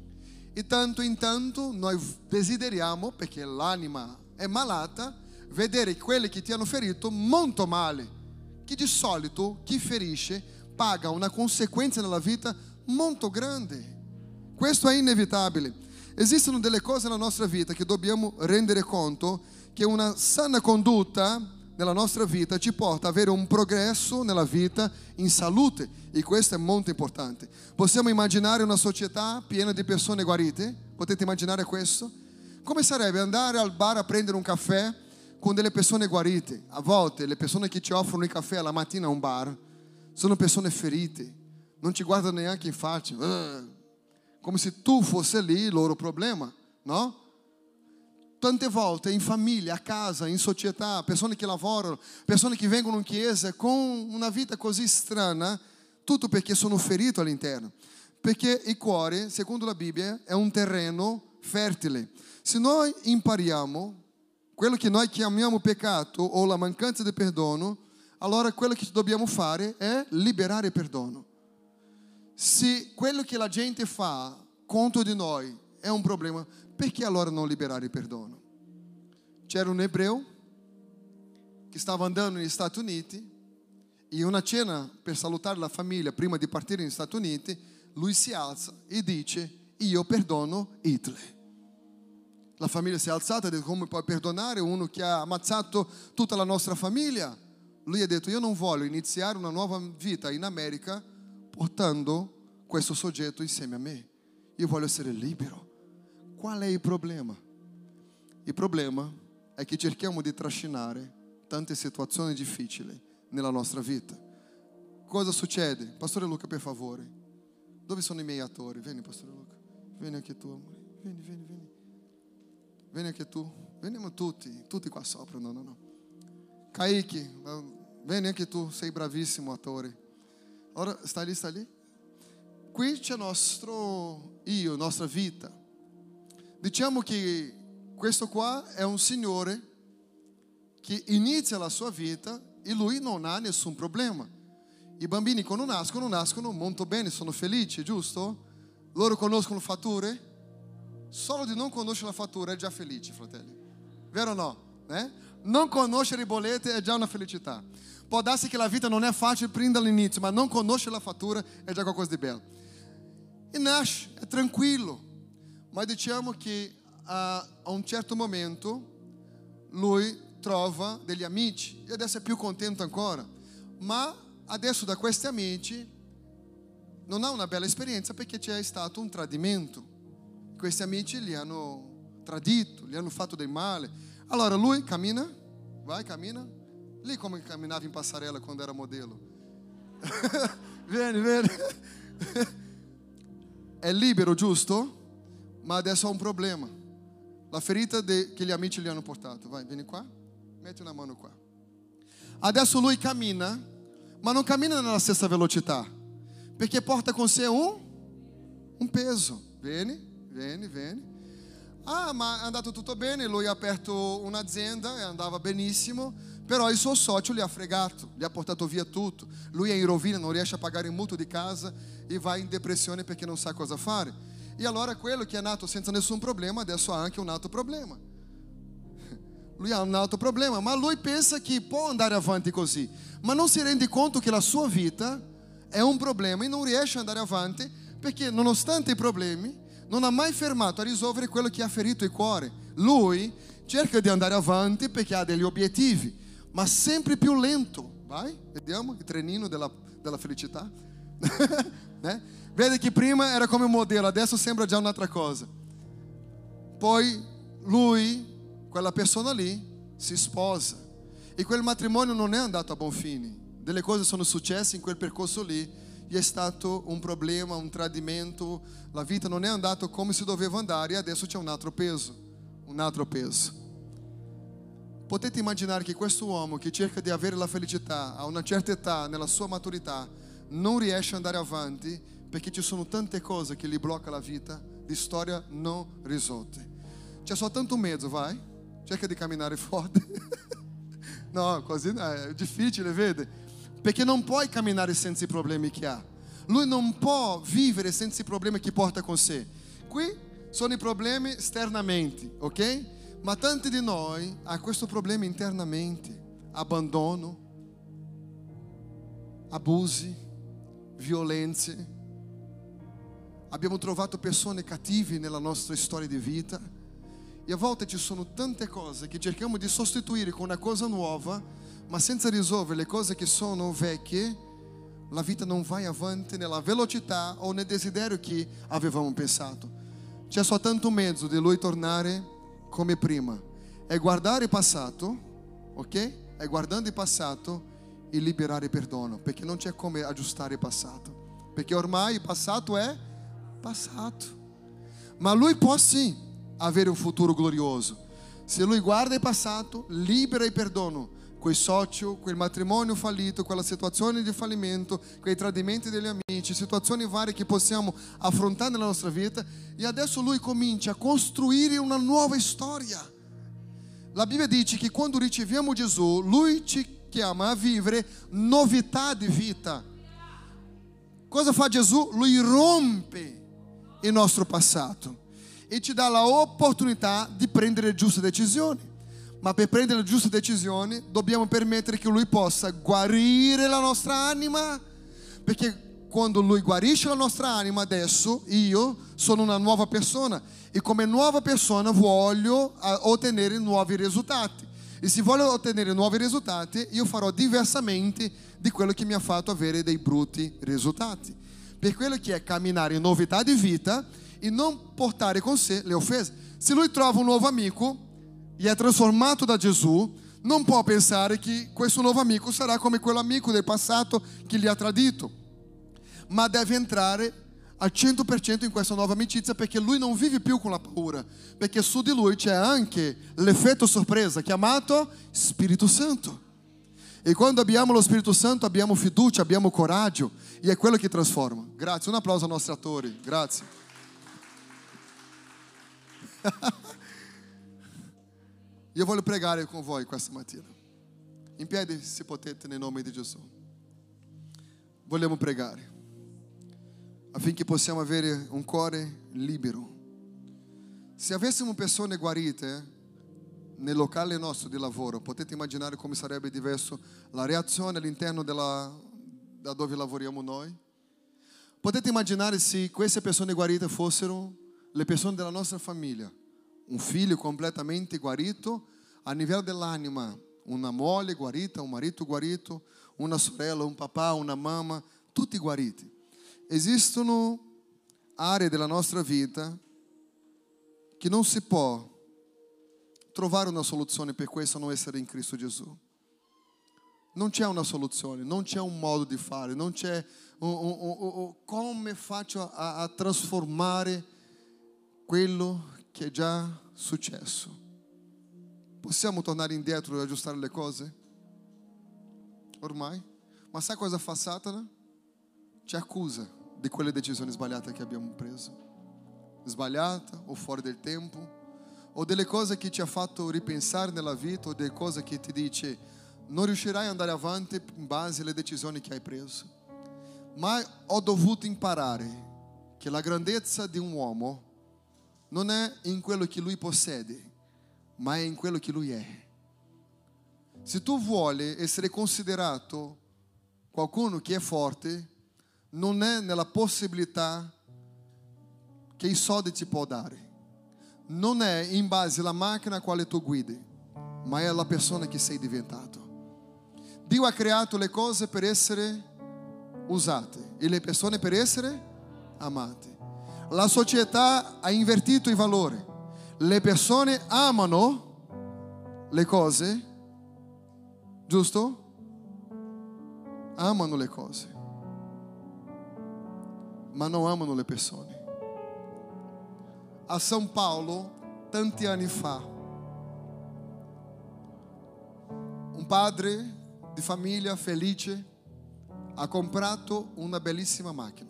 Speaker 1: E tanto in tanto noi desideriamo, perché l'anima è malata, vedere quelli che ti hanno ferito molto male, che di solito chi ferisce paga una conseguenza nella vita molto grande. Questo è inevitabile. Esistono delle cose nella nostra vita che dobbiamo rendere conto che una sana condotta nella nostra vita ci porta ad avere un progresso nella vita in salute, e questo è molto importante. Possiamo immaginare una società piena di persone guarite? Potete immaginare questo? Come sarebbe andare al bar a prendere un caffè con delle persone guarite? A volte le persone che ci offrono il caffè alla mattina a un bar sono persone ferite, non ci guardano neanche in faccia, come se tu fossi lì il loro problema, no? Tante volte in famiglia, a casa, in società, persone che lavorano, persone che vengono in chiesa con una vita così strana, tutto perché sono ferito all'interno. Perché il cuore, secondo la Bibbia, è un terreno fertile. Se noi impariamo quello che noi chiamiamo peccato o la mancanza di perdono, allora quello che dobbiamo fare è liberare il perdono. Se quello che la gente fa contro di noi è un problema, perché allora non liberare il perdono? C'era un ebreo che stava andando negli Stati Uniti e in una cena per salutare la famiglia prima di partire negli Stati Uniti, lui si alza e dice: io perdono Hitler. La famiglia si è alzata e ha detto: come puoi perdonare uno che ha ammazzato tutta la nostra famiglia? lui ha detto: io non voglio iniziare una nuova vita in America portando questo soggetto insieme a me. Io voglio essere libero. Qual è il problema? Il problema è che cerchiamo di trascinare tante situazioni difficili nella nostra vita. Cosa succede? Pastore Luca, per favore. Dove sono i miei attori? Vieni, Pastore Luca. Vieni anche tu, amore. Vieni. Vieni anche tu. Veniamo tutti qua sopra. No. Kaique, vieni anche tu, sei bravissimo attore. Ora, sta lì. Qui c'è nostra vita. Diciamo che questo qua è un signore che inizia la sua vita e lui non ha nessun problema. I bambini quando nascono molto bene, sono felici, giusto? Loro conoscono fatture? Solo di non conoscere la fattura è già felice, fratelli. Vero o no? Non conoscere i boletti è già una felicità. Può darsi che la vita non è facile fin dall'inizio, ma non conoscere la fattura è già qualcosa di bello. E nasce, è tranquillo. Ma diciamo che a un certo momento lui trova degli amici e adesso è più contento ancora. Ma adesso da questi amici non ha una bella esperienza perché c'è stato un tradimento. Questi amici li hanno tradito, gli hanno fatto del male. Allora lui cammina, cammina. Lì come camminava in passerella quando era modello. Vieni. È libero, giusto? Ma adesso ha un problema. La ferita che gli amici gli hanno portato. Vai, vieni qua. Metti una mano qua. Adesso lui cammina, ma non cammina nella stessa velocità, perché porta con sé un peso. Vieni. Ah, ma è andato tutto bene, lui ha aperto un'azienda e andava benissimo, però il suo socio li ha fregato, gli ha portato via tutto. Lui è in rovina, non riesce a pagare il mutuo di casa e va in depressione perché non sa cosa fare. E allora quello che è nato senza nessun problema adesso ha anche un altro problema. Lui ha un altro problema, ma lui pensa che può andare avanti così, ma non si rende conto che la sua vita è un problema e non riesce ad andare avanti perché nonostante i problemi non ha mai fermato a risolvere quello che ha ferito il cuore. Lui cerca di andare avanti perché ha degli obiettivi, ma sempre più lento. Vai, vediamo il trenino della felicità. Vede che prima era come un modello, adesso sembra già un'altra cosa. Poi lui, quella persona lì, si sposa e quel matrimonio non è andato a buon fine. Delle cose sono successe in quel percorso lì. Gli è stato un problema, un tradimento, la vita non è andata come si doveva andare e adesso c'è un altro peso. Potete immaginare che questo uomo che cerca di avere la felicità a una certa età, nella sua maturità, non riesce ad andare avanti perché ci sono tante cose che gli bloccano la vita di storia non risolte. C'è soltanto un mezzo, vai, cerca di camminare forte. No, così è difficile, vede? Perché non puoi camminare senza i problemi che ha. Lui non può vivere senza i problemi che porta con sé. Qui sono i problemi esternamente, ok? Ma tanti di noi hanno questo problema internamente. Abbandono, abusi, violenze. Abbiamo trovato persone cattive nella nostra storia di vita. E a volte ci sono tante cose che cerchiamo di sostituire con una cosa nuova, ma senza risolvere le cose che sono vecchie, la vita non va avanti nella velocità o nel desiderio che avevamo pensato. C'è soltanto un mezzo di lui tornare come prima. È guardare il passato, ok? È guardando il passato e liberare perdono, perché non c'è come aggiustare il passato. Perché ormai il passato è passato. Ma lui può sì avere un futuro glorioso. Se lui guarda il passato, libera il perdono. Quel socio, quel matrimonio fallito, quella situazione di fallimento, quei tradimenti degli amici, situazioni varie che possiamo affrontare nella nostra vita, e adesso lui comincia a costruire una nuova storia. La Bibbia dice che quando riceviamo Gesù, lui ci chiama a vivere novità di vita. Cosa fa Gesù? Lui rompe il nostro passato e ci dà l'opportunità di prendere giuste decisioni. Ma per prendere le giuste decisioni dobbiamo permettere che lui possa guarire la nostra anima, perché quando lui guarisce la nostra anima, adesso io sono una nuova persona e come nuova persona voglio ottenere nuovi risultati. E se voglio ottenere nuovi risultati, io farò diversamente di quello che mi ha fatto avere dei brutti risultati. Per quello che è camminare in novità di vita e non portare con sé le offese. Se lui trova un nuovo amico e è trasformato da Gesù, non può pensare che questo nuovo amico sarà come quell'amico del passato che gli ha tradito, ma deve entrare al 100% in questa nuova amicizia, perché lui non vive più con la paura, perché su di lui c'è anche l'effetto sorpresa chiamato Spirito Santo. E quando abbiamo lo Spirito Santo abbiamo fiducia, abbiamo coraggio, e è quello che trasforma. Grazie, un applauso ai nostri attori, grazie. Io voglio pregare con voi questa mattina. In piedi, se potete, nel nome di Gesù. Vogliamo pregare affinché possiamo avere un cuore libero. Se avessimo persone guarite nel locale nostro di lavoro, potete immaginare come sarebbe diverso la reazione all'interno da dove lavoriamo noi? Potete immaginare se queste persone guarite fossero le persone della nostra famiglia? Un figlio completamente guarito a livello dell'anima, una moglie guarita, un marito guarito, una sorella, un papà, una mamma, tutti guariti. Esistono aree della nostra vita che non si può trovare una soluzione per questo non essere in Cristo Gesù. Non c'è una soluzione, non c'è un modo di fare, non c'è come faccio a trasformare quello che è già successo. Possiamo tornare indietro e aggiustare le cose? Ormai? Ma sai cosa fa Satana? Ci accusa di quelle decisioni sbagliate che abbiamo preso. Sbagliata o fuori del tempo, o delle cose che ti ha fatto ripensare nella vita, o delle cose che ti dice non riuscirai ad andare avanti in base alle decisioni che hai preso. Ma ho dovuto imparare che la grandezza di un uomo non è in quello che lui possiede, ma è in quello che lui è. Se tu vuoi essere considerato qualcuno che è forte, non è nella possibilità che i soldi ti può dare, non è in base alla macchina a quale tu guidi, ma è la persona che sei diventato. Dio ha creato le cose per essere usate e le persone per essere amate. La società ha invertito i valori. Le persone amano le cose, giusto? Amano le cose, ma non amano le persone. A São Paulo, tanti anni fa, un padre di famiglia felice ha comprato una bellissima macchina.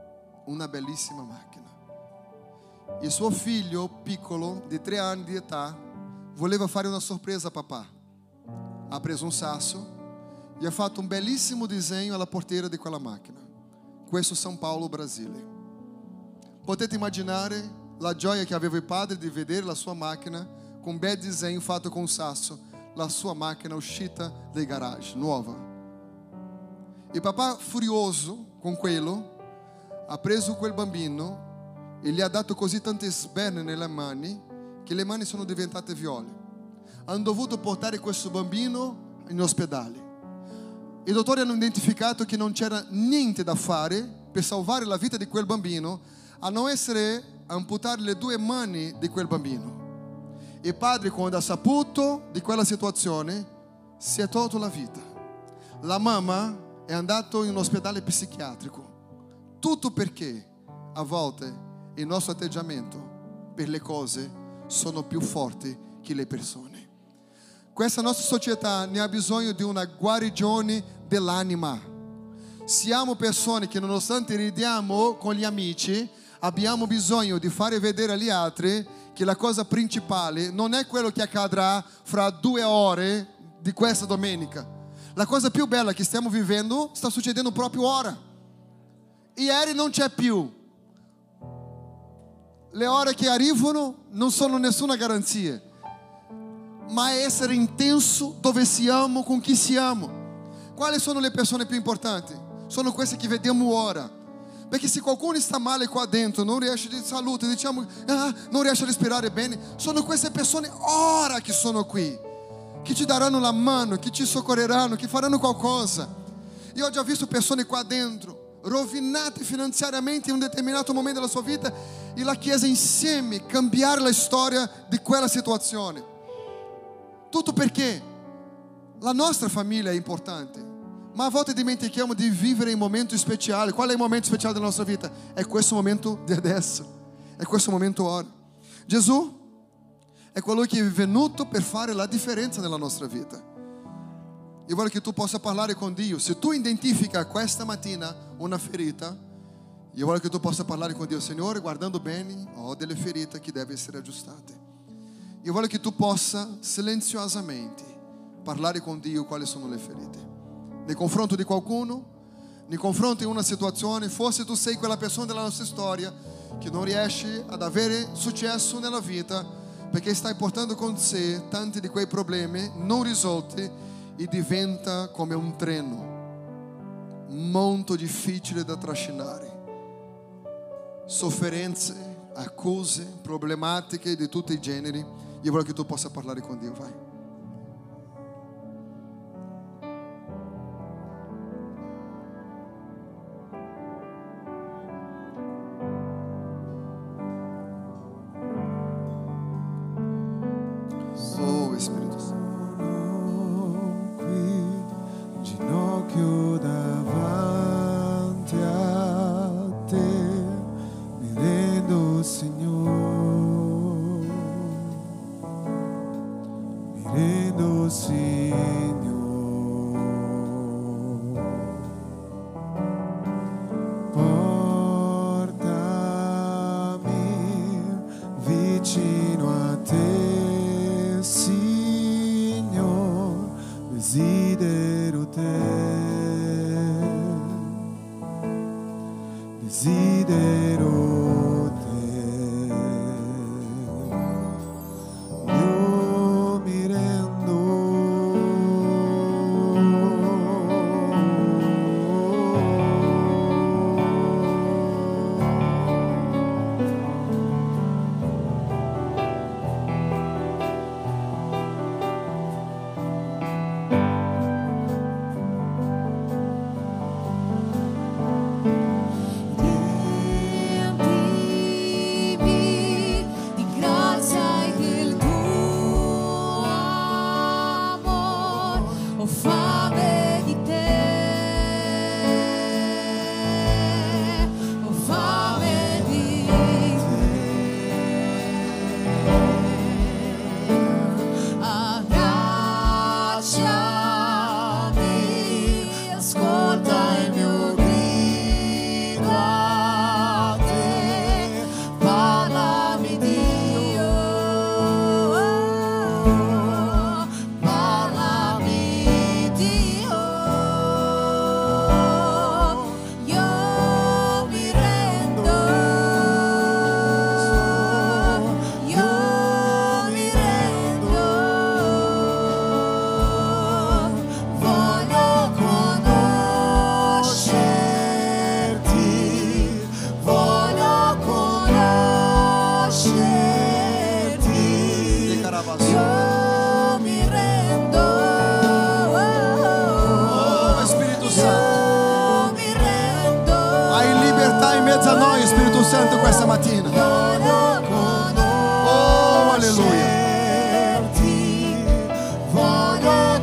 Speaker 1: E suo figlio piccolo di 3 anni di età voleva fare una sorpresa a papà. Ha preso un sasso e ha fatto un bellissimo disegno alla portiera di quella macchina. Questo São Paulo, Brasile. Potete immaginare la gioia che aveva il padre di vedere la sua macchina con un bel disegno fatto con un sasso, la sua macchina uscita dai garage, nuova. E papà, furioso con quello, ha preso quel bambino e gli ha dato così tante sberne nelle mani che le mani sono diventate viole. Hanno dovuto portare questo bambino in ospedale. I dottori hanno identificato che non c'era niente da fare per salvare la vita di quel bambino, a non essere amputare le 2 mani di quel bambino. Il padre, quando ha saputo di quella situazione, si è tolto la vita. La mamma è andata in un ospedale psichiatrico. Tutto perché a volte il nostro atteggiamento per le cose sono più forti che le persone. Questa nostra società ne ha bisogno di una guarigione dell'anima. Siamo persone che, nonostante ridiamo con gli amici, abbiamo bisogno di fare vedere agli altri che la cosa principale non è quello che accadrà fra 2 ore di questa domenica. La cosa più bella che stiamo vivendo sta succedendo proprio ora. Ieri non c'è più. Le ore che arrivano non sono nessuna garanzia, ma è essere intenso dove siamo, con chi siamo. Quali sono le persone più importanti? Sono queste che vediamo ora. Perché se qualcuno sta male qua dentro, non riesce di salute, diciamo, non riesce a respirare bene, sono queste persone ora che sono qui, che ti daranno la mano, che ti soccorreranno, che faranno qualcosa. Io ho già visto persone qua dentro rovinate finanziariamente in un determinato momento della sua vita e la Chiesa insieme cambiare la storia di quella situazione. Tutto perché la nostra famiglia è importante, ma a volte dimentichiamo di vivere in momenti speciali. Qual è il momento speciale della nostra vita? È questo momento di adesso, è questo momento ora. Gesù è colui che è venuto per fare la differenza nella nostra vita. Io voglio che tu possa parlare con Dio. Se tu identifica questa mattina una ferita, io voglio che tu possa parlare con Dio. Signore, guardando bene, ho delle ferite che devono essere aggiustate. Io voglio che tu possa silenziosamente parlare con Dio quali sono le ferite. Nei confronto di qualcuno, nei confronti di una situazione. Forse tu sei quella persona della nostra storia che non riesce ad avere successo nella vita perché stai portando con sé tanti di quei problemi non risolti e diventa come un treno molto difficile da trascinare. Sofferenze, accuse, problematiche di tutti i generi. Io voglio che tu possa parlare con Dio, vai. Oh, Spirito Santo.
Speaker 2: Ginocchio davanti a te, mi rendo, Signore, mi rendo, Signore. Portami vicino a te, Signore, desidero te, desidero te. Io mi rendo,
Speaker 3: riempimi di grazia e del tuo amor, ho fame di te, ho fame di abbracciami, ascolta il mio grido a te, parlami Dio, parlami Dio, io mi rendo, io mi rendo, voglio conoscerti, voglio conoscerti, io mi rendo,
Speaker 1: Oh, Spirito Santo.
Speaker 3: io mi rendo,
Speaker 1: Hai libertà in mezzo a noi, Spirito Santo, questa mattina.
Speaker 3: voglio
Speaker 1: Oh, alleluia.
Speaker 3: conoscerti, voglio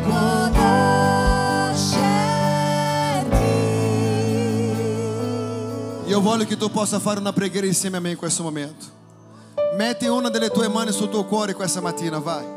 Speaker 3: conoscerti.
Speaker 1: Io voglio che tu possa fare una preghiera insieme a me in questo momento. Metti una delle tue mani sul tuo cuore questa mattina, vai.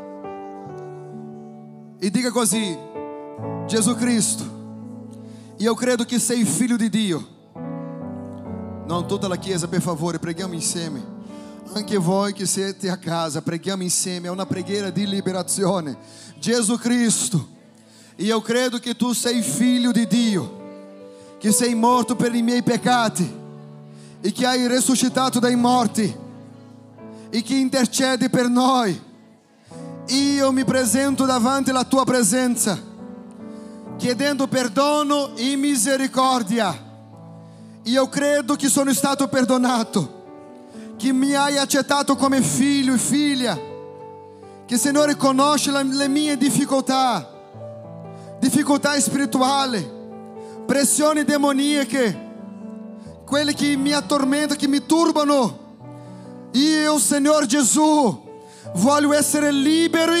Speaker 1: E dica così: Gesù Cristo, io credo che sei figlio di Dio. Non tutta la Chiesa, per favore, preghiamo insieme. Anche voi che siete a casa, preghiamo insieme. È una preghiera di liberazione. Gesù Cristo, io credo che tu sei figlio di Dio, che sei morto per i miei peccati e che hai risuscitato dai morti e che intercedi per noi. Io mi presento davanti alla tua presenza, chiedendo perdono e misericordia. Io credo che sono stato perdonato, che mi hai accettato come figlio e figlia, che il Signore conosce le mie difficoltà spirituali, pressioni demoniache, quelle che mi attormentano, che mi turbano. Io, Signor Gesù, voglio essere libero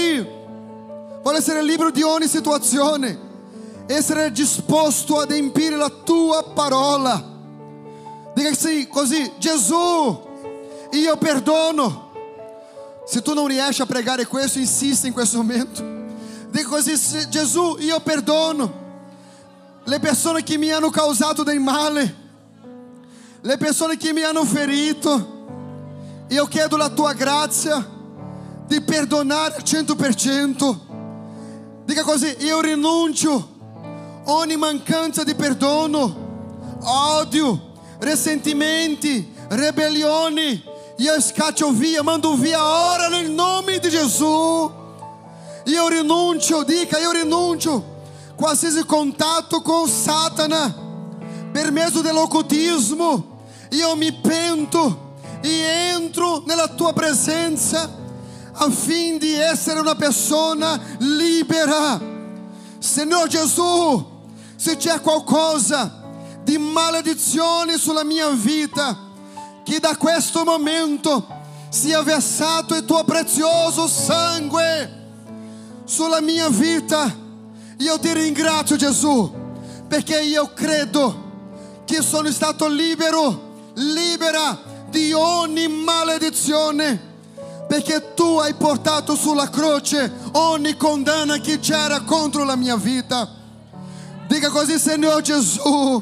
Speaker 1: di ogni situazione, essere disposto ad adempiere la tua parola. Dica così: Gesù, io perdono. Se tu non riesci a pregare questo, insista in questo momento. Dica così: Gesù, io perdono le persone che mi hanno causato del male, le persone che mi hanno ferito. Io chiedo la tua grazia di perdonare al 100%. Dica così: io rinuncio ogni mancanza di perdono, odio, risentimenti, ribellioni. Io scaccio via, mando via ora nel nome di Gesù. Io rinuncio, dica: io rinuncio qualsiasi contatto con Satana per mezzo dell'occultismo. Io mi pento e entro nella tua presenza affinché di essere una persona libera. Signor Gesù, se c'è qualcosa di maledizione sulla mia vita, che da questo momento sia versato il tuo prezioso sangue sulla mia vita. Io ti ringrazio, Gesù, perché io credo che sono stato libera di ogni maledizione, perché tu hai portato sulla croce ogni condanna che c'era contro la mia vita. Dica così: Signor Gesù,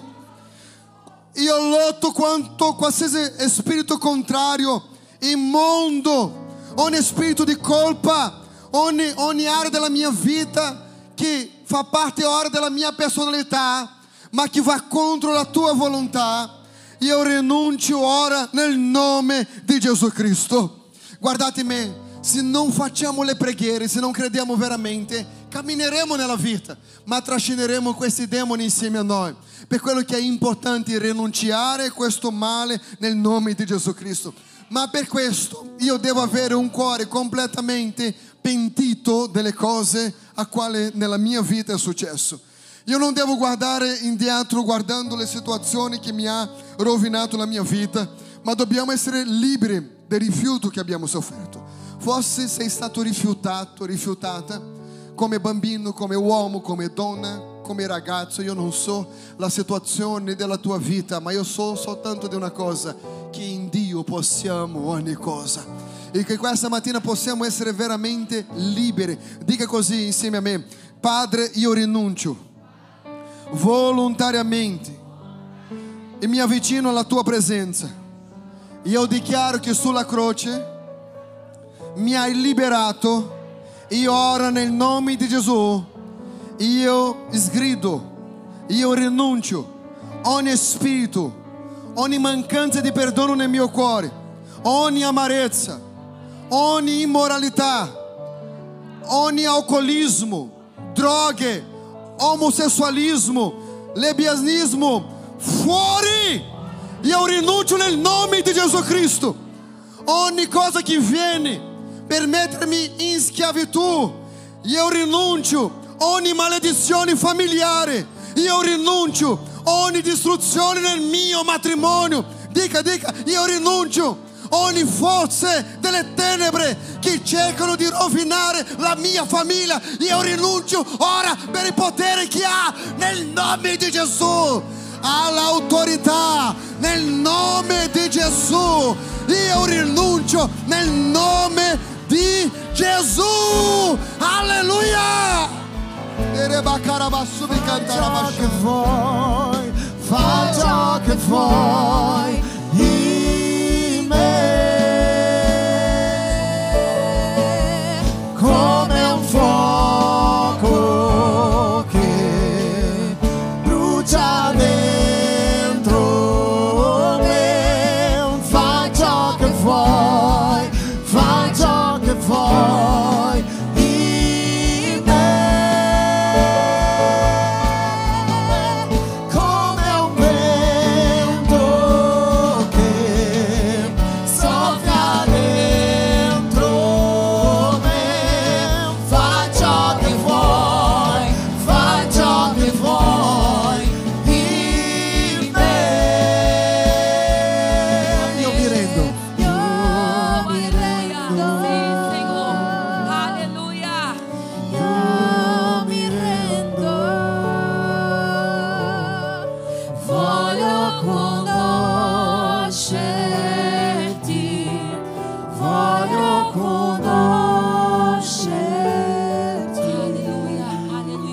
Speaker 1: io lotto contro qualsiasi spirito contrario, immondo, ogni spirito di colpa, ogni area della mia vita che fa parte ora della mia personalità, ma che va contro la tua volontà. Io rinuncio ora nel nome di Gesù Cristo. Guardate me, se non facciamo le preghiere, se non crediamo veramente, cammineremo nella vita, ma trascineremo questi demoni insieme a noi. Per quello che è importante rinunciare a questo male nel nome di Gesù Cristo. Ma per questo io devo avere un cuore completamente pentito delle cose a quale nella mia vita è successo. Io non devo guardare indietro guardando le situazioni che mi ha rovinato la mia vita, ma dobbiamo essere liberi del rifiuto che abbiamo sofferto. Forse sei stato rifiutata come bambino, come uomo, come donna, come ragazzo. Io non so la situazione della tua vita, ma io so soltanto di una cosa: che in Dio possiamo ogni cosa, e che questa mattina possiamo essere veramente liberi. Dica così insieme a me: Padre, io rinuncio volontariamente e mi avvicino alla tua presenza. Io dichiaro che sulla croce mi hai liberato. Io ora nel nome di Gesù io sgrido, io rinuncio ogni spirito, ogni mancanza di perdono nel mio cuore, ogni amarezza, ogni immoralità, ogni alcoolismo, droghe, omosessualismo, lesbianismo, fuori! Io rinuncio nel nome di Gesù Cristo ogni cosa che viene per mettermi in schiavitù. Io rinuncio ogni maledizione familiare. Io rinuncio ogni distruzione nel mio matrimonio. Dica, io rinuncio ogni forze delle tenebre che cercano di rovinare la mia famiglia. Io rinuncio ora per il potere che ha nel nome di Gesù, all'autorità nel nome di Gesù. Io rinuncio nel nome di Gesù. Alleluia.
Speaker 2: Fai ciò che vuoi,